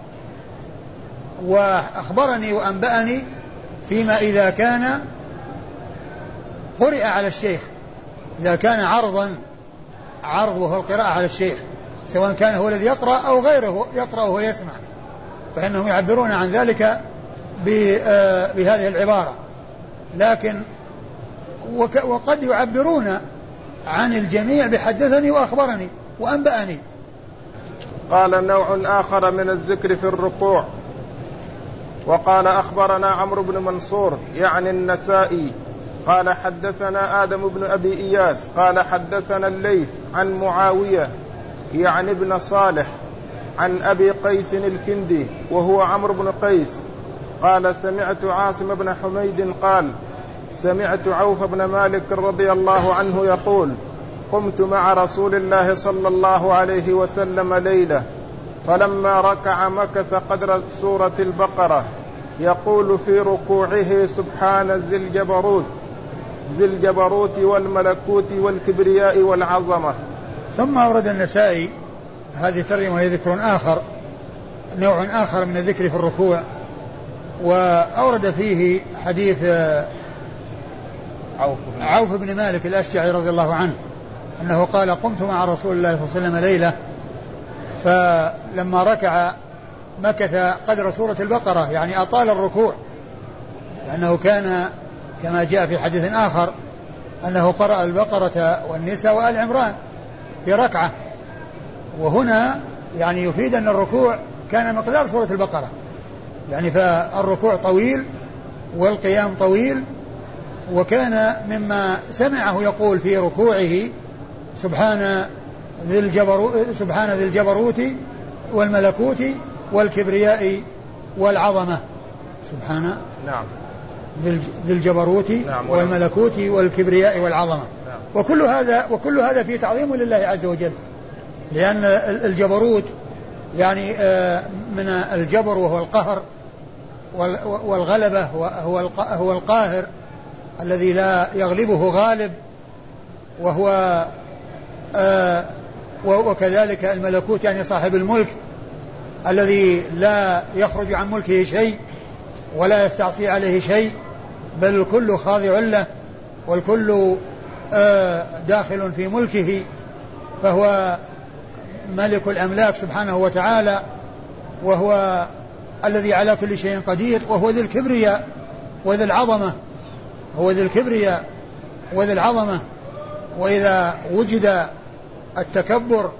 وأخبرني وأنبأني فيما إذا كان قرئ على الشيخ، إذا كان عرض وهو القراءة على الشيخ، سواء كان هو الذي يقرأ أو غيره يقرأ وهو يسمع، فإنهم يعبرون عن ذلك بهذه العبارة، لكن وقد يعبرون عن الجميع بحدثني وأخبرني وأنبأني. قال نوع آخر من الذكر في الركوع. وقال أخبرنا عمرو بن منصور يعني النسائي قال حدثنا آدم بن أبي إياس قال حدثنا الليث عن معاوية يعني ابن صالح عن أبي قيس الكندي وهو عمرو بن قيس قال سمعت عاصم بن حميد قال سمعت عوف بن مالك رضي الله عنه يقول قمت مع رسول الله صلى الله عليه وسلم ليلة فلما ركع مكث قدر سورة البقرة يقول في ركوعه سبحان ذي الجبروت والملكوت والكبرياء والعظمة. ثم أورد النسائي هذه ترجمة وهي ذكر آخر، نوع آخر من الذكر في الركوع، وأورد فيه حديث عوف بن مالك الأشجعي رضي الله عنه أنه قال قمت مع رسول الله صلى الله عليه وسلم ليلة فلما ركع مكث قدر سورة البقرة، يعني أطال الركوع، لأنه كان كما جاء في حديث آخر أنه قرأ البقرة والنساء وآل عمران في ركعة، وهنا يعني يفيد أن الركوع كان مقدار سورة البقرة، يعني فالركوع طويل والقيام طويل، وكان مما سمعه يقول في ركوعه سبحان ذي الجبروت والملكوت والكبرياء والعظمة. سبحان نعم ذي الجبروت والملكوت والكبرياء والعظمة. وكل هذا فيه تعظيم لله عز وجل، لأن الجبروت يعني من الجبر وهو القهر، والغلبة هو القاهر الذي لا يغلبه غالب، وكذلك الملكوت يعني صاحب الملك الذي لا يخرج عن ملكه شيء ولا يستعصي عليه شيء، بل الكل خاضع له والكل داخل في ملكه، فهو ملك الأملاك سبحانه وتعالى، وهو الذي على كل شيء قدير، وهو ذي الكبرياء وذي العظمة، هو ذي الكبرياء وذي العظمة. وإذا وجد التكبر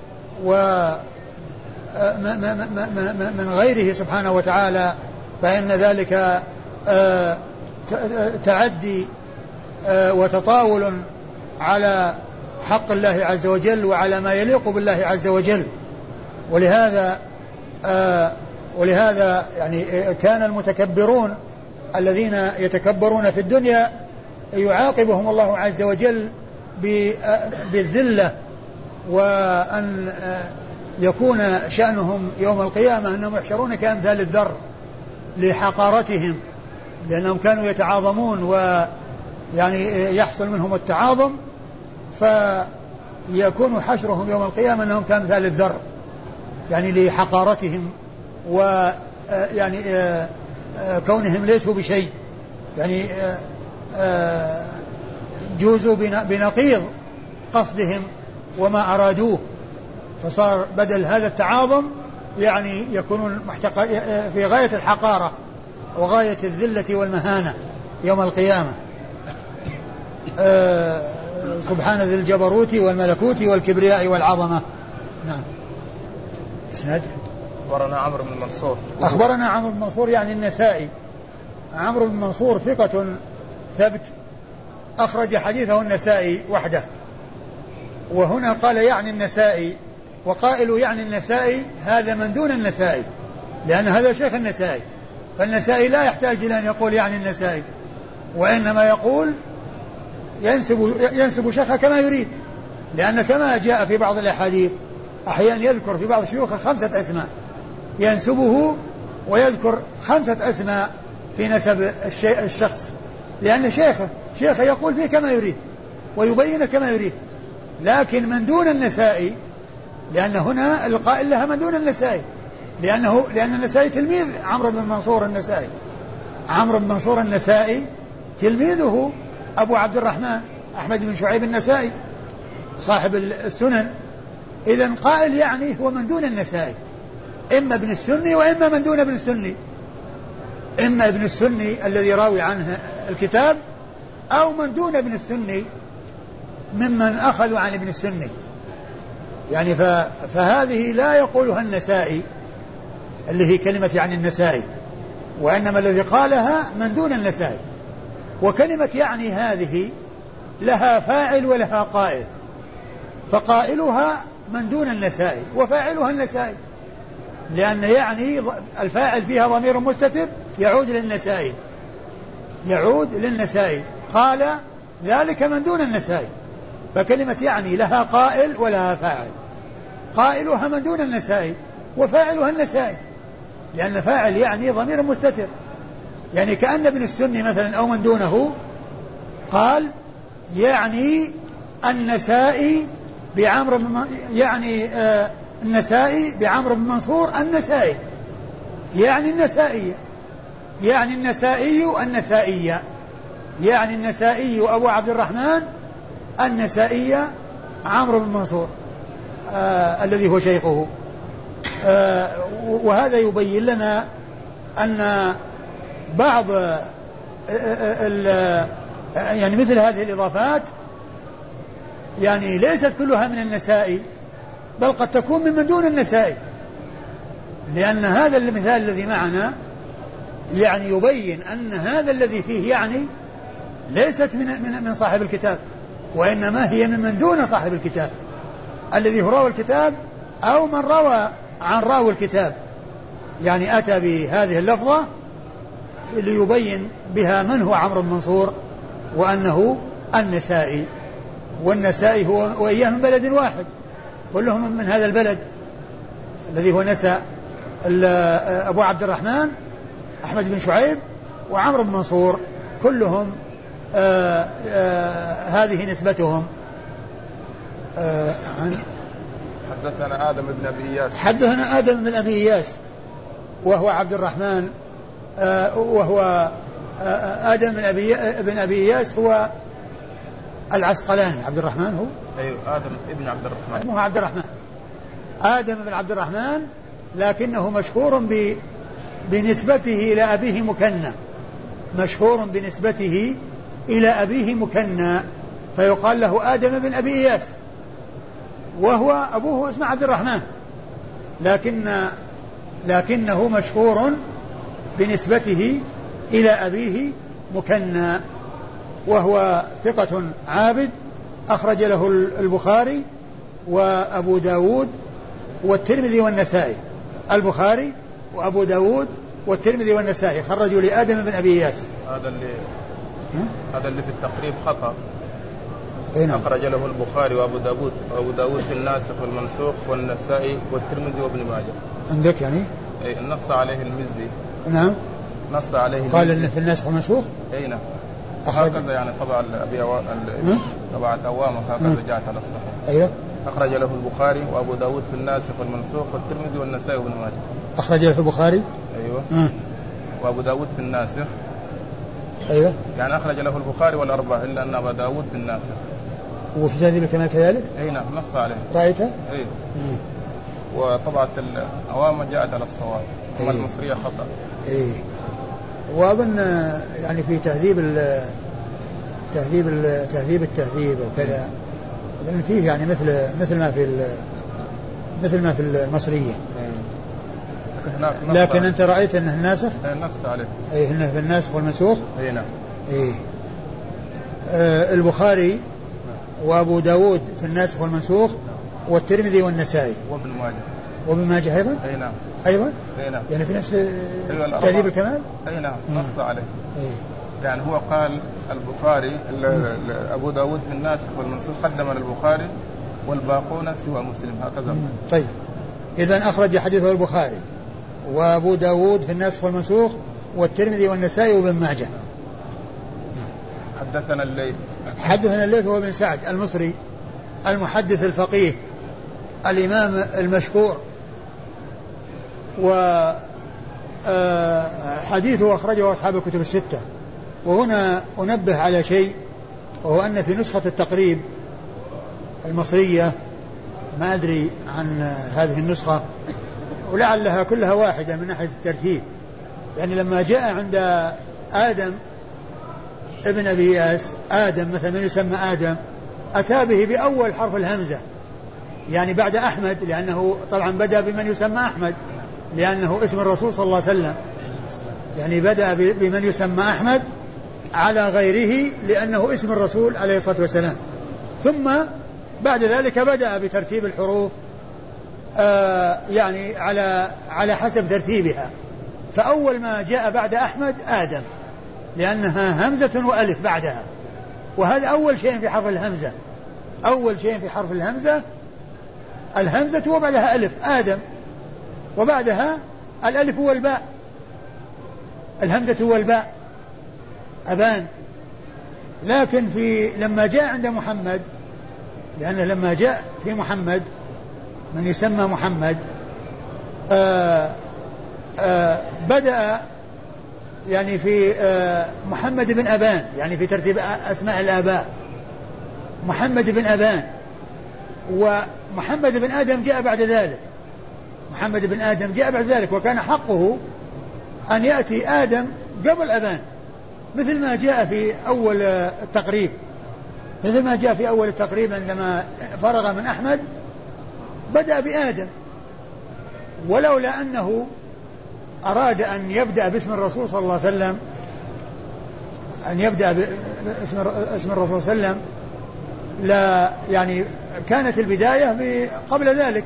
من غيره سبحانه وتعالى فإن ذلك تعدي وتطاول على حق الله عز وجل وعلى ما يليق بالله عز وجل. ولهذا يعني كان المتكبرون الذين يتكبرون في الدنيا يعاقبهم الله عز وجل بالذلة، وأن يكون شأنهم يوم القيامة أنهم يحشرون كأمثال الذر لحقارتهم، لأنهم كانوا يتعاظمون ويعني يحصل منهم التعاظم، فيكون حشرهم يوم القيامة أنهم كأمثال الذر يعني لحقارتهم ويعني كونهم ليسوا بشيء، يعني جوزوا بنقيض قصدهم وما أرادوه، فصار بدل هذا التعاظم يعني يكونون في غاية الحقارة وغاية الذلة والمهانة يوم القيامة. سبحان ذي الجبروت والملكوت والكبرياء والعظمة. نعم. اسناد. أخبرنا عمرو بن منصور. أخبرنا عمرو بن منصور يعني النسائي. عمرو بن منصور ثقة ثبت أخرج حديثه النسائي وحده. وهنا قال يعني النسائي، وقائل يعني النسائي هذا من دون النسائي، لأن هذا شيخ النسائي، فالنسائي لا يحتاج إلى أن يقول يعني النسائي، وإنما يقول ينسب شيخه كما يريد، لأن كما جاء في بعض الأحاديث أحيانا يذكر في بعض شيوخه 5 أسماء ينسبه، ويذكر 5 أسماء في نسب الشخص، لأن شيخه يقول فيه كما يريد ويبين كما يريد. لكن من دون النسائي، لأن هنا القائل لها من دون النسائي، لأن النسائي تلميذ عمرو بن منصور النسائي. عمرو بن منصور النسائي تلميذه أبو عبد الرحمن أحمد بن شعيب النسائي صاحب السنن. إذن قائل يعني هو من دون النسائي، إما ابن السني وإما من دون ابن السني، إما ابن السني الذي راوي عنه الكتاب، أو من دون ابن السني ممن أخذوا عن ابن السني. يعني فهذه لا يقولها النسائي اللي هي كلمة يعني النسائي، وإنما الذي قالها من دون النسائي. وكلمة يعني هذه لها فاعل ولها قائل، فقائلها من دون النسائي وفاعلها النسائي، لأن يعني الفاعل فيها ضمير مستتر يعود للنسائي، قال ذلك من دون النسائي. فكلمة يعني لها قائل ولها فاعل، قائلها من دون النسائي وفاعلها النسائي، لأن فاعل يعني ضمير مستتر، يعني كأن ابن السني مثلا أو من دونه قال يعني النسائي بعمرو يعني النسائي بعمرو بن منصور النسائي، يعني النسائي يعني النسائية يعني النسائي أبو عبد الرحمن النسائي عمرو بن منصور الذي هو شيخه. وهذا يبين لنا أن بعض يعني مثل هذه الإضافات يعني ليست كلها من النسائي، بل قد تكون من دون النسائي، لأن هذا المثال الذي معنا يعني يبين أن هذا الذي فيه يعني ليست من صاحب الكتاب، وإنما هي من دون صاحب الكتاب الذي هو راوي الكتاب أو من روى عن راوي الكتاب، يعني أتى بهذه اللفظة ليبين بها من هو عمرو بن منصور وأنه النسائي، والنسائي هو وإياه من بلد واحد، كلهم من هذا البلد الذي هو نسى. أبو عبد الرحمن أحمد بن شعيب وعمرو بن منصور كلهم هذه نسبتهم. حدثنا آدم بن أبي إياس. حدثنا آدم بن أبي إياس وهو عبد الرحمن وهو آدم بن أبي إياس هو العسقلاني. عبد الرحمن هو أيوه آدم ابن عبد الرحمن، اسمه عبد الرحمن آدم بن عبد الرحمن، لكنه مشهور بنسبته إلى أبيه مكنى، مشهور بنسبته إلى أبيه مكنى، فيقال له آدم بن أبي إياس، وهو أبوه اسمه عبد الرحمن، لكنه مشهور بنسبته إلى أبيه مكنى، وهو ثقة عابد أخرج له البخاري وأبو داود والترمذي والنسائي. البخاري وأبو داود والترمذي والنسائي خرجوا لآدم بن أبي إياس. هذا اللي في التقريب خطأ. هنا. أخرج له البخاري وأبو داود في الناسخ والمنسوخ والنسائي والترمذي وابن ماجه. عندك يعني؟ أي نص عليه المزي. نعم. نص عليه قال إن في الناسخ والمنسوخ. أي نعم. هكذا يعني طبعا طبعا أوامه هكذا جاءت على الصحيح. أيوه. أخرج له البخاري وأبو داود في الناسخ والمنسوخ والترمذي والنسائي وابن ماجه. أخرج له البخاري. أيوه. وأبو داود في الناسخ. أيوه. يعني أخرج له البخاري والأربعة إلا أن أبا داود في الناسخ. وفي تهذيب الكمال كذلك؟ أي نعم نص عليه. رأيته؟ أي. وطبعة الأوامر جاءت على الصواب، أما المصرية خطأ. إيه. وأظن يعني في تهذيب التهذيب وكذا أظن فيه يعني مثل ما في المصرية. لكن أنت رأيت أنه الناسخ؟ نص عليه. أي أنه في الناسخ والمنسوخ. أي نعم. إيه. البخاري وأبو داود في الناسخ والمنسوخ والترمذي والنسائي وابن ماجه أيضا. أي نعم. أيضا. أي نعم. يعني في نفس تهذيب الكمال. أي نعم نص عليه. أي. يعني هو قال البخاري أبو داود في الناسخ والمنسوخ قدم للبخاري والباقون سوى مسلم، هكذا. طيب إذن أخرج حديثه البخاري وأبو داود في الناسخ والمنسوخ والترمذي والنسائي وابن ماجه. حدثنا الليث هو بن سعد المصري المحدث الفقيه الإمام المشهور، وحديثه أخرجه أصحاب الكتب الستة. وهنا أنبه على شيء، وهو أن في نسخة التقريب المصرية، ما أدري عن هذه النسخة ولعلها كلها واحدة من ناحية الترتيب، يعني لما جاء عند آدم ابن أبي إياس آدم مثلا من يسمى آدم أتى به بأول حرف الهمزة، يعني بعد أحمد، لأنه طبعا بدأ بمن يسمى أحمد لأنه اسم الرسول صلى الله عليه وسلم، يعني بدأ بمن يسمى أحمد على غيره لأنه اسم الرسول عليه الصلاة والسلام، ثم بعد ذلك بدأ بترتيب الحروف يعني على حسب ترتيبها. فأول ما جاء بعد أحمد آدم لأنها همزة وألف بعدها، وهذا أول شيء في حرف الهمزة، أول شيء في حرف الهمزة الهمزة وبعدها ألف آدم، وبعدها الألف والباء، الهمزة والباء أبان. لكن لما جاء عند محمد، لأنه لما جاء في محمد من يسمى محمد بدأ يعني في محمد بن أبان، يعني في ترتيب أسماء الآباء محمد بن أبان، ومحمد بن آدم جاء بعد ذلك، محمد بن آدم جاء بعد ذلك، وكان حقه أن يأتي آدم قبل أبان، مثل ما جاء في أول التقريب، مثل ما جاء في أول التقريب عندما فرغ من أحمد بدأ بآدم، ولولا أنه أراد أن يبدأ باسم الرسول صلى الله عليه وسلم، أن يبدأ باسم الرسول صلى الله عليه وسلم، لا يعني كانت البداية قبل ذلك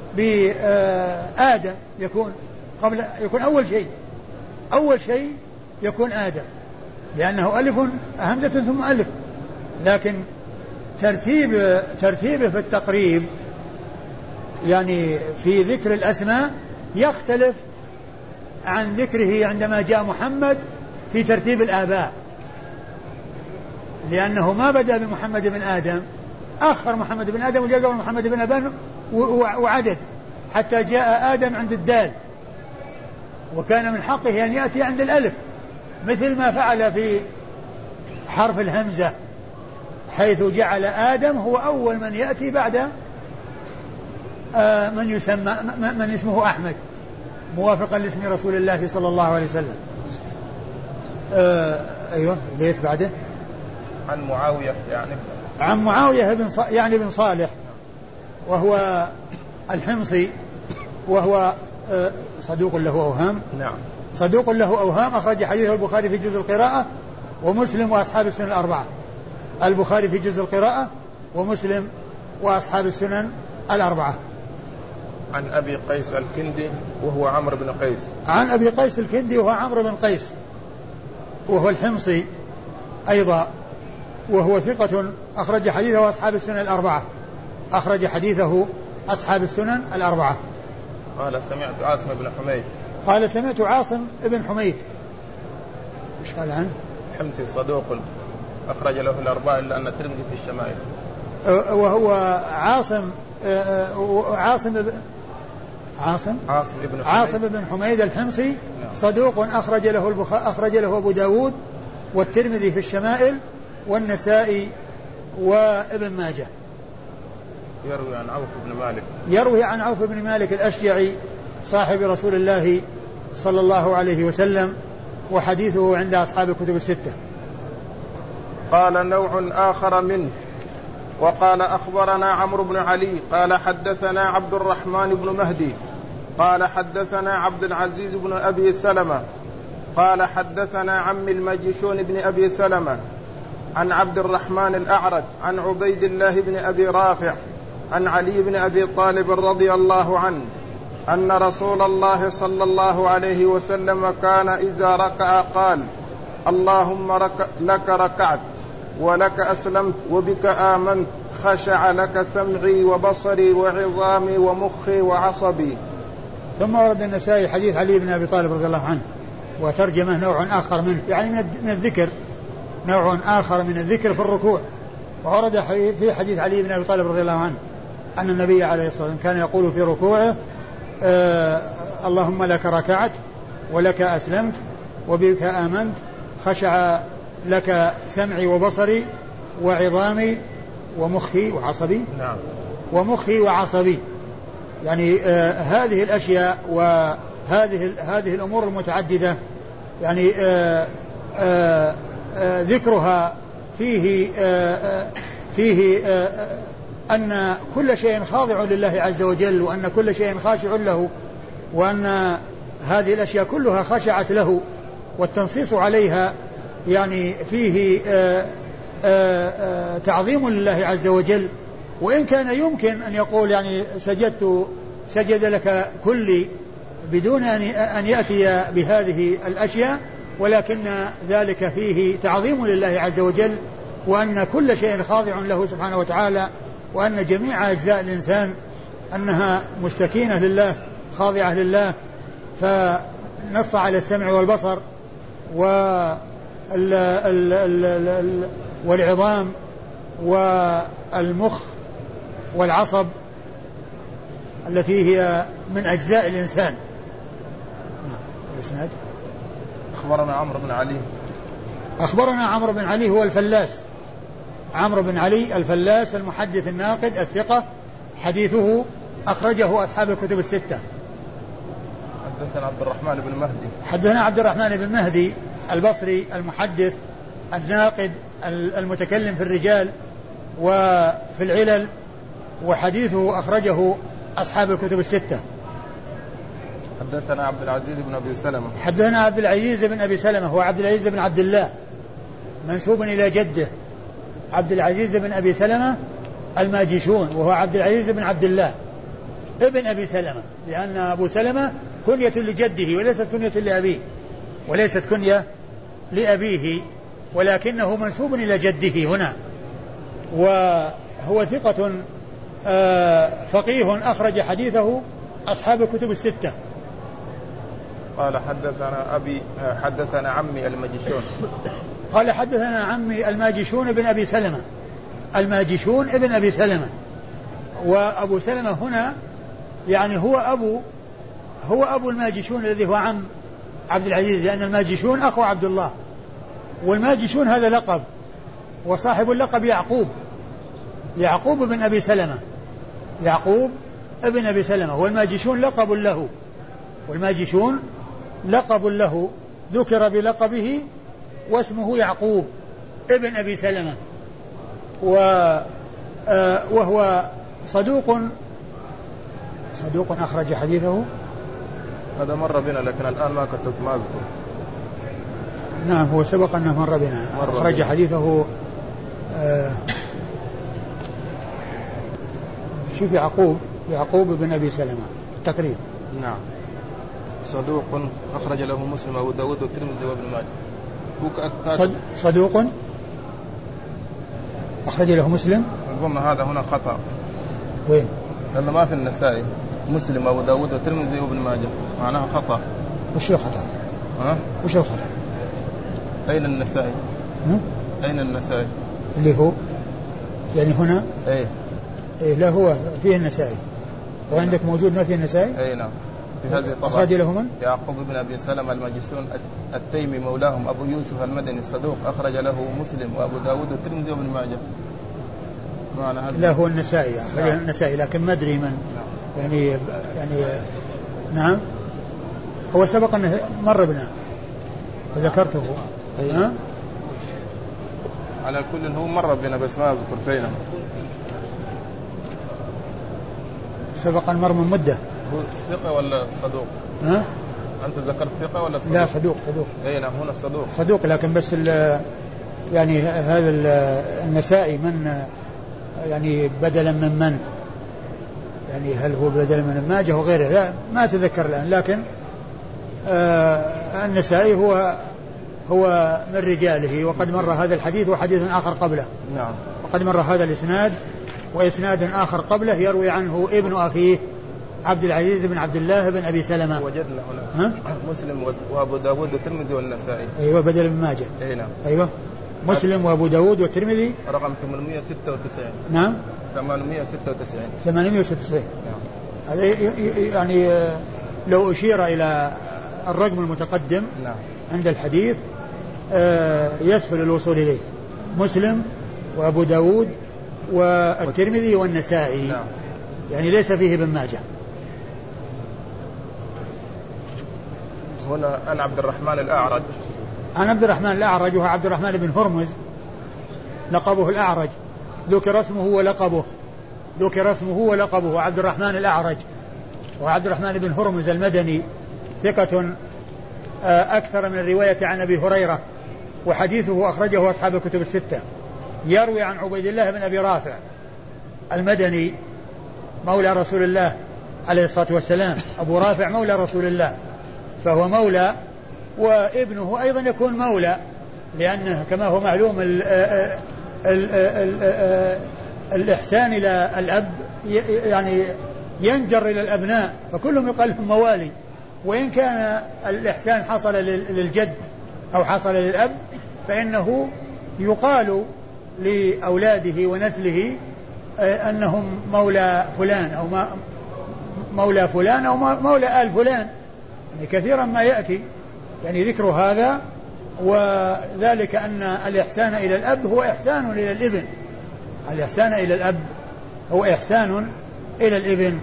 بآدم، يكون أول شيء يكون آدم، لأنه ألف همزة ثم ألف، لكن ترتيبه في التقريب يعني في ذكر الأسماء يختلف عن ذكره عندما جاء محمد في ترتيب الآباء، لأنه ما بدأ بمحمد بن آدم، أخر محمد بن آدم وجاء قبل محمد بن أبان وعدد حتى جاء آدم عند الدال، وكان من حقه أن يأتي عند الألف مثل ما فعل في حرف الهمزة، حيث جعل آدم هو أول من يأتي بعد من اسمه أحمد موافقا لاسم رسول الله صلى الله عليه وسلم. أيوه بيت بعده عن معاوية عن معاوية بن صالح وهو الحمصي، وهو صدوق له أوهام. نعم صدوق له أوهام، أخرج حديثه البخاري في جزء القراءة ومسلم وأصحاب السنن الأربعة. البخاري في جزء القراءة ومسلم وأصحاب السنن الأربعة. عن أبي قيس الكندي وهو عمرو بن قيس. عن أبي قيس الكندي وهو عمرو بن قيس وهو الحمصي أيضا، وهو ثقة أخرج حديثه أصحاب السنن الأربعة. أخرج حديثه أصحاب السنن الأربعة. قال سمعت عاصم بن حميد. قال سمعت عاصم بن حميد. إيش قال عنه؟ حمصي صدوق أخرج له الأربعة إلا أن الترمذي في الشمائل. وهو عاصم بن حميد الحمصي صدوق أخرج له أبو داود والترمذي في الشمائل والنسائي وابن ماجه. يروي عن عوف بن مالك الأشجعي صاحب رسول الله صلى الله عليه وسلم، وحديثه عند أصحاب الكتب الستة. قال نوع آخر منه. وقال أخبرنا عمرو بن علي قال حدثنا عبد الرحمن بن مهدي قال حدثنا عبد العزيز بن أبي سلمة قال حدثنا عم المجيشون بن أبي سلمة عن عبد الرحمن الأعرج عن عبيد الله بن أبي رافع عن علي بن أبي طالب رضي الله عنه أن رسول الله صلى الله عليه وسلم كان إذا ركع قال اللهم لك ركعت ولك أسلمت وبك آمنت خشع لك سمعي وبصري وعظامي ومخي وعصبي. ثم ورد النسائي حديث علي بن أبي طالب رضي الله عنه وترجمه نوع آخر منه، يعني من الذكر، نوع آخر من الذكر في الركوع. وورد في حديث علي بن أبي طالب رضي الله عنه أن النبي عليه الصلاة والسلام كان يقول في ركوعه اللهم لك ركعت ولك أسلمت وبك آمنت خشع لك سمعي وبصري وعظامي ومخي وعصبي. نعم. ومخي وعصبي، يعني هذه الأشياء وهذه الأمور المتعددة يعني ذكرها فيه أن كل شيء خاضع لله عز وجل، وأن كل شيء خاشع له، وأن هذه الأشياء كلها خشعت له، والتنصيص عليها يعني فيه تعظيم لله عز وجل. وإن كان يمكن أن يقول يعني سجد لك كلي بدون أن يأتي بهذه الأشياء، ولكن ذلك فيه تعظيم لله عز وجل، وأن كل شيء خاضع له سبحانه وتعالى، وأن جميع أجزاء الإنسان أنها مستكينة لله خاضعة لله. فنص على السمع والبصر والعظام والمخ والعصب التي هي من أجزاء الإنسان. أخبرنا عمرو بن علي. أخبرنا عمرو بن علي هو الفلاس، عمرو بن علي الفلاس المحدث الناقد الثقة، حديثه أخرجه أصحاب الكتب الستة. حدثنا عبد الرحمن بن مهدي. حدثنا عبد الرحمن بن مهدي البصري المحدث الناقد المتكلم في الرجال وفي العلل، وحديثه أخرجه أصحاب الكتب الستة. حدثنا عبد العزيز بن أبي سلمة. حدثنا عبد العزيز بن أبي سلمة هو عبد العزيز بن عبد الله منسوب إلى جده عبد العزيز بن أبي سلمة الماجشون، وهو عبد العزيز بن عبد الله ابن أبي سلمة، لأن أبو سلمة كنية لجده وليست كنية لأبيه، وليست كنية لأبيه ولكنه منسوب إلى جده هنا، وهو ثقة فقيه أخرج حديثه أصحاب الكتب الستة. قال حدثنا عمي الماجشون. قال حدثنا عمي الماجشون بن أبي سلمة، الماجشون ابن أبي سلمة. وأبو سلمة هنا يعني هو أبو الماجشون الذي هو عم عبد العزيز، لأن الماجشون أخو عبد الله، والماجشون هذا لقب، وصاحب اللقب يعقوب بن أبي سلمة، يعقوب ابن أبي سلمة، والماجشون لقب له ذكر بلقبه واسمه يعقوب ابن أبي سلمة، وهو صدوق أخرج حديثه. هذا مر بنا لكن الآن ما كنت ما أذكر. نعم هو سبق أنه مر بنا. أخرج حديثه شوف يعقوب بن أبي سلمة التقريب. نعم صدوق أخرج له مسلم وأبو داود والترمذي وابن ماجه. صدوق أخرج له مسلم. أظن هذا هنا خطأ. وين؟ لأنه ما في النسائي، مسلم وأبو داود والترمذي وابن ماجه، معناها خطأ. وش الخطأ؟ وش الخطأ؟ أين النسائي؟ أين النسائي؟ اللي هو يعني هنا؟ إيه لا هو فيه النسائي، وعندك موجود ما فيه النسائي؟ أي نعم. في هذه الطبعة أخرج له من؟ يعقوب بن أبي سلمة الماجشون التيمي مولاهم أبو يوسف المدني صدوق أخرج له مسلم وأبو داود والترمذي وابن ماجه. لا هو النسائي أخرج النسائي، لكن ما أدري من. يعني نعم هو سبق أنه مر بنا وذكرته. على كل هو مر بنا بس ما أذكر فينا. سبق أن مر من مدة. هو ثقة ولا صدوق؟ أنت ذكرت ثقة ولا صدوق؟ لا صدوق. أي نعم هنا صدوق، لكن بس يعني هذا النسائي من يعني بدلا من يعني هل هو بدلا من ماجه وغيره؟ لا ما أتذكر الآن، لكن النسائي هو من رجاله، وقد مر هذا الحديث وحديث آخر قبله. نعم. وقد مر هذا الإسناد وإسناد آخر قبله يروي عنه ابن أخيه عبد العزيز بن عبد الله بن أبي سلمة. وجدنا هنا مسلم وأبو داود والترمذي والنسائي. أيوة بدل من ماجه. أي نعم. أيوة مسلم وأبو داود والترمذي رقم 896. نعم 896. نعم. هذا يعني لو أشير إلى الرقم المتقدم نعم. عند الحديث يسهل الوصول إليه، مسلم وأبو داود والترمذي والنسائي. نعم. يعني ليس فيه ابن ماجه. هنا عن عبد الرحمن الأعرج. عن عبد الرحمن الأعرج وهو عبد الرحمن بن هرمز لقبه الأعرج، ذكر اسمه ولقبه عبد الرحمن الأعرج، وعبد الرحمن بن هرمز المدني ثقة أكثر من الرواية عن أبي هريرة، وحديثه أخرجه أصحاب الكتب الستة. يروي عن عبيد الله بن أبي رافع المدني مولى رسول الله عليه الصلاة والسلام. أبو رافع مولى رسول الله، فهو مولى، وابنه أيضا يكون مولى، لأنه كما هو معلوم الإحسان إلى الأب يعني ينجر إلى الأبناء، فكلهم يقال لهم موالي، وإن كان الإحسان حصل للجد أو حصل للأب فإنه يقال لأولاده ونسله أنهم مولى فلان أو مولى فلان أو مولى آل فلان. يعني كثيرا ما يأتي يعني ذكر هذا، وذلك أن الإحسان إلى الأب هو إحسان إلى الابن، الإحسان إلى الأب هو إحسان إلى الابن.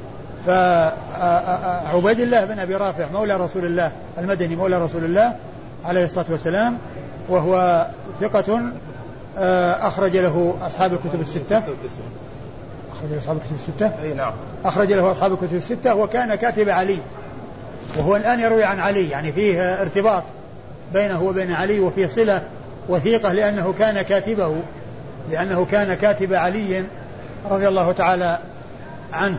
فعبيد الله بن أبي رافع مولى رسول الله المدني مولى رسول الله عليه الصلاة والسلام، وهو ثقة أخرج له أصحاب الكتب الستة. أخرج له أصحاب الكتب الستة. أي نعم. أخرج له أصحاب الكتب الستة، وكان كاتب علي، وهو الآن يروي عن علي، يعني فيه ارتباط بينه وبين علي، وفيه صلة وثيقة، لأنه كان كاتب علي رضي الله تعالى عنه.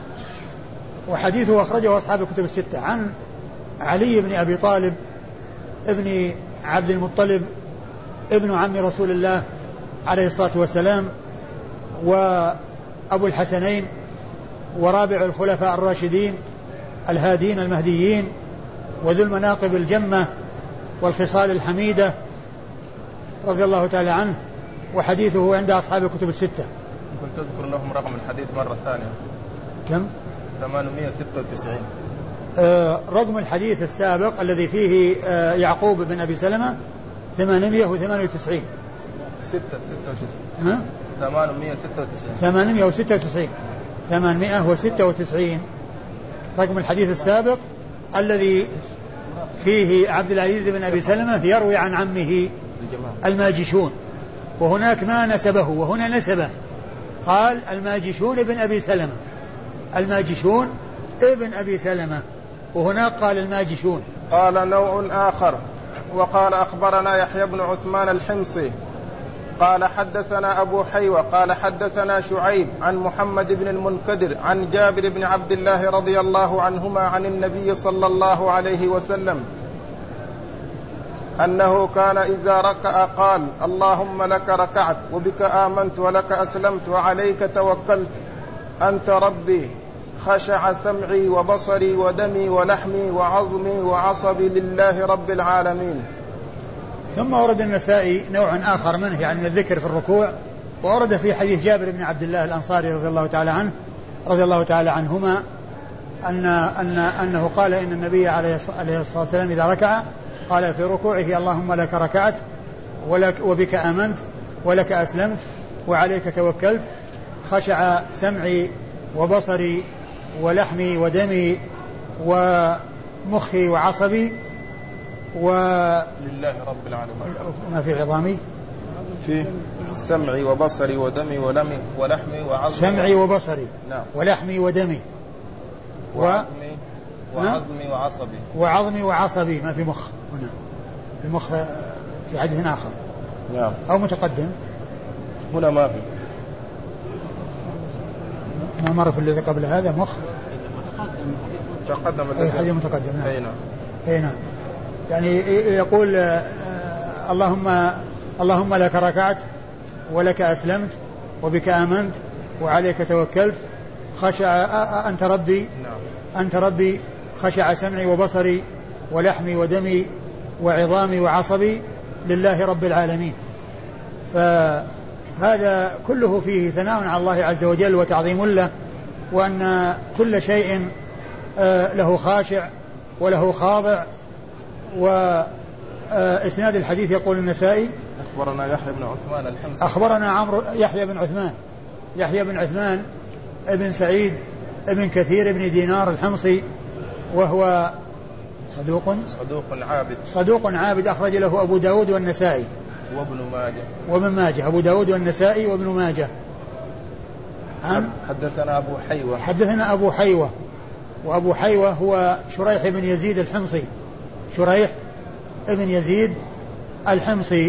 وحديثه أخرجه أصحاب الكتب الستة عن علي بن أبي طالب ابن عبد المطلب ابن عم رسول الله عليه الصلاة والسلام، وأبو الحسنين، ورابع الخلفاء الراشدين الهادين المهديين، وذو المناقب الجمة والخصال الحميدة، رضي الله تعالى عنه. وحديثه عند أصحاب الكتب الستة. كنت تذكر لهم رقم الحديث مرة ثانية. كم؟ 896. رقم الحديث السابق الذي فيه يعقوب بن أبي سلمة 898. 896 رقم الحديث السابق الذي فيه عبد العزيز بن أبي سلمة يروي عن عمه الماجشون، وهناك ما نسبه وهنا نسبه، قال الماجشون ابن أبي سلمة، الماجشون ابن أبي سلمة، وهناك قال الماجشون. قال نوع آخر وقال أخبرنا يحيى بن عثمان الحمصي قال حدثنا أبو حيوة قال حدثنا شعيب عن محمد بن المنكدر عن جابر بن عبد الله رضي الله عنهما عن النبي صلى الله عليه وسلم أنه كان إذا ركع قال اللهم لك ركعت وبك آمنت ولك أسلمت وعليك توكلت أنت ربي خشع سمعي وبصري ودمي ولحمي وعظمي وعصبي لله رب العالمين. ثم ورد النسائي نوع آخر منه يعني من الذكر في الركوع، وورد في حديث جابر بن عبد الله الأنصاري رضي الله تعالى عنه رضي الله تعالى عنهما أنه قال إن النبي عليه الصلاة والسلام إذا ركع قال في ركوعه اللهم لك ركعت وبك آمنت ولك أسلمت وعليك توكلت خشع سمعي وبصري ولحمي ودمي ومخي وعصبي لله رب العالمين. ما في عظامي؟ في سمعي وبصري ودمي ولحمي وعظمي. سمعي وبصري. نعم. ولحمي ودمي وعظمي وعصبي. وعظمي وعصبي. ما في مخ هنا، المخ في حديث آخر. نعم. أو متقدم هنا ما في، ما مر في الذي قبل هذا مخ تقدم حديث متقدم. نعم. أي نعم. يعني يقول اللهم لك ركعت ولك أسلمت وبك آمنت وعليك توكلت خشع أنت ربي. نعم. أنت ربي خشع سمعي وبصري ولحمي ودمي وعظامي وعصبي لله رب العالمين. فهذا كله فيه ثناء على الله عز وجل وتعظيم له، وأن كل شيء له خاشع وله خاضع. وإسناد الحديث يقول النسائي أخبرنا يحيى بن عثمان الحمصي. أخبرنا يحيى بن عثمان ابن سعيد ابن كثير ابن دينار الحمصي، وهو صدوق عابد أخرج له أبو داود والنسائي وابن ماجه. أبو داود والنسائي وابن ماجه. حدثنا أبو حيوة وأبو حيوة هو شريح بن يزيد الحمصي، شريح ابن يزيد الحمصي،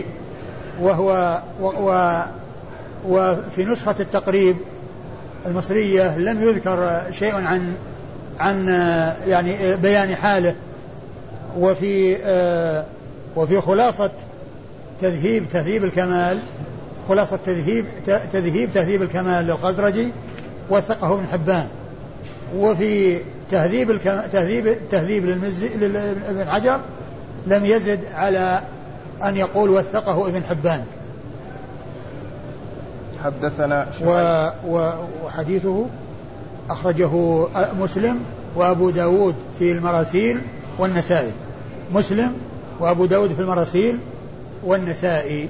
وفي نسخة التقريب المصرية لم يذكر شيء عن يعني بيان حاله. وفي خلاصة تهذيب الكمال، خلاصة تهذيب الكمال للخزرجي وثقه ابن حبان. وفي تهذيب لابن حجر لم يزد على أن يقول وثقه ابن حبان. حدثنا وحديثه أخرجه مسلم وأبو داود في المراسيل والنسائي. مسلم وأبو داود في المراسيل والنسائي.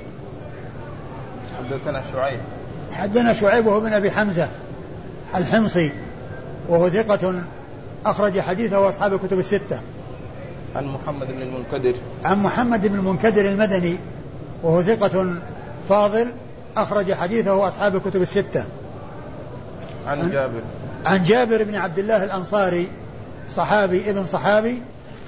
حدثنا شعيب وهو بن أبي حمزة الحمصي، وهو ثقة أخرج حديثه أصحاب الكتب الستة. عن محمد بن المنكدر المدني، وهو ثقة فاضل أخرج حديثه أصحاب الكتب الستة. عن جابر بن عبد الله الأنصاري، صحابي ابن صحابي،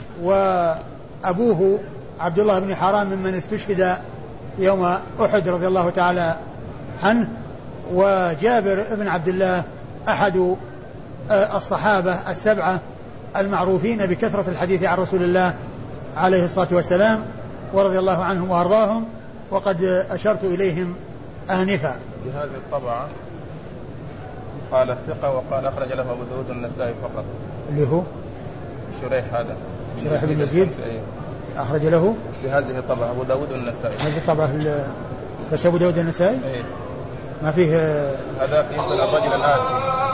وأبوه عبد الله بن حرام ممن استشهد يوم أحد رضي الله تعالى عنه. وجابر بن عبد الله أحد الصحابة السبعة المعروفين بكثرة الحديث عن رسول الله عليه الصلاة والسلام، ورضي الله عنهم وأرضاهم، وقد أشرت إليهم آنفا. بهذه الطبعة قال الثقة، وقال أخرج له أبو داود النسائي فقط، اللي هو شريح هذا شريح بن يزيد أخرج له في هذه الطبعة أبو داود النسائي. هذه الطبعة بس أبو داود النسائي أيه. ما فيه هذا في الرجل الآتي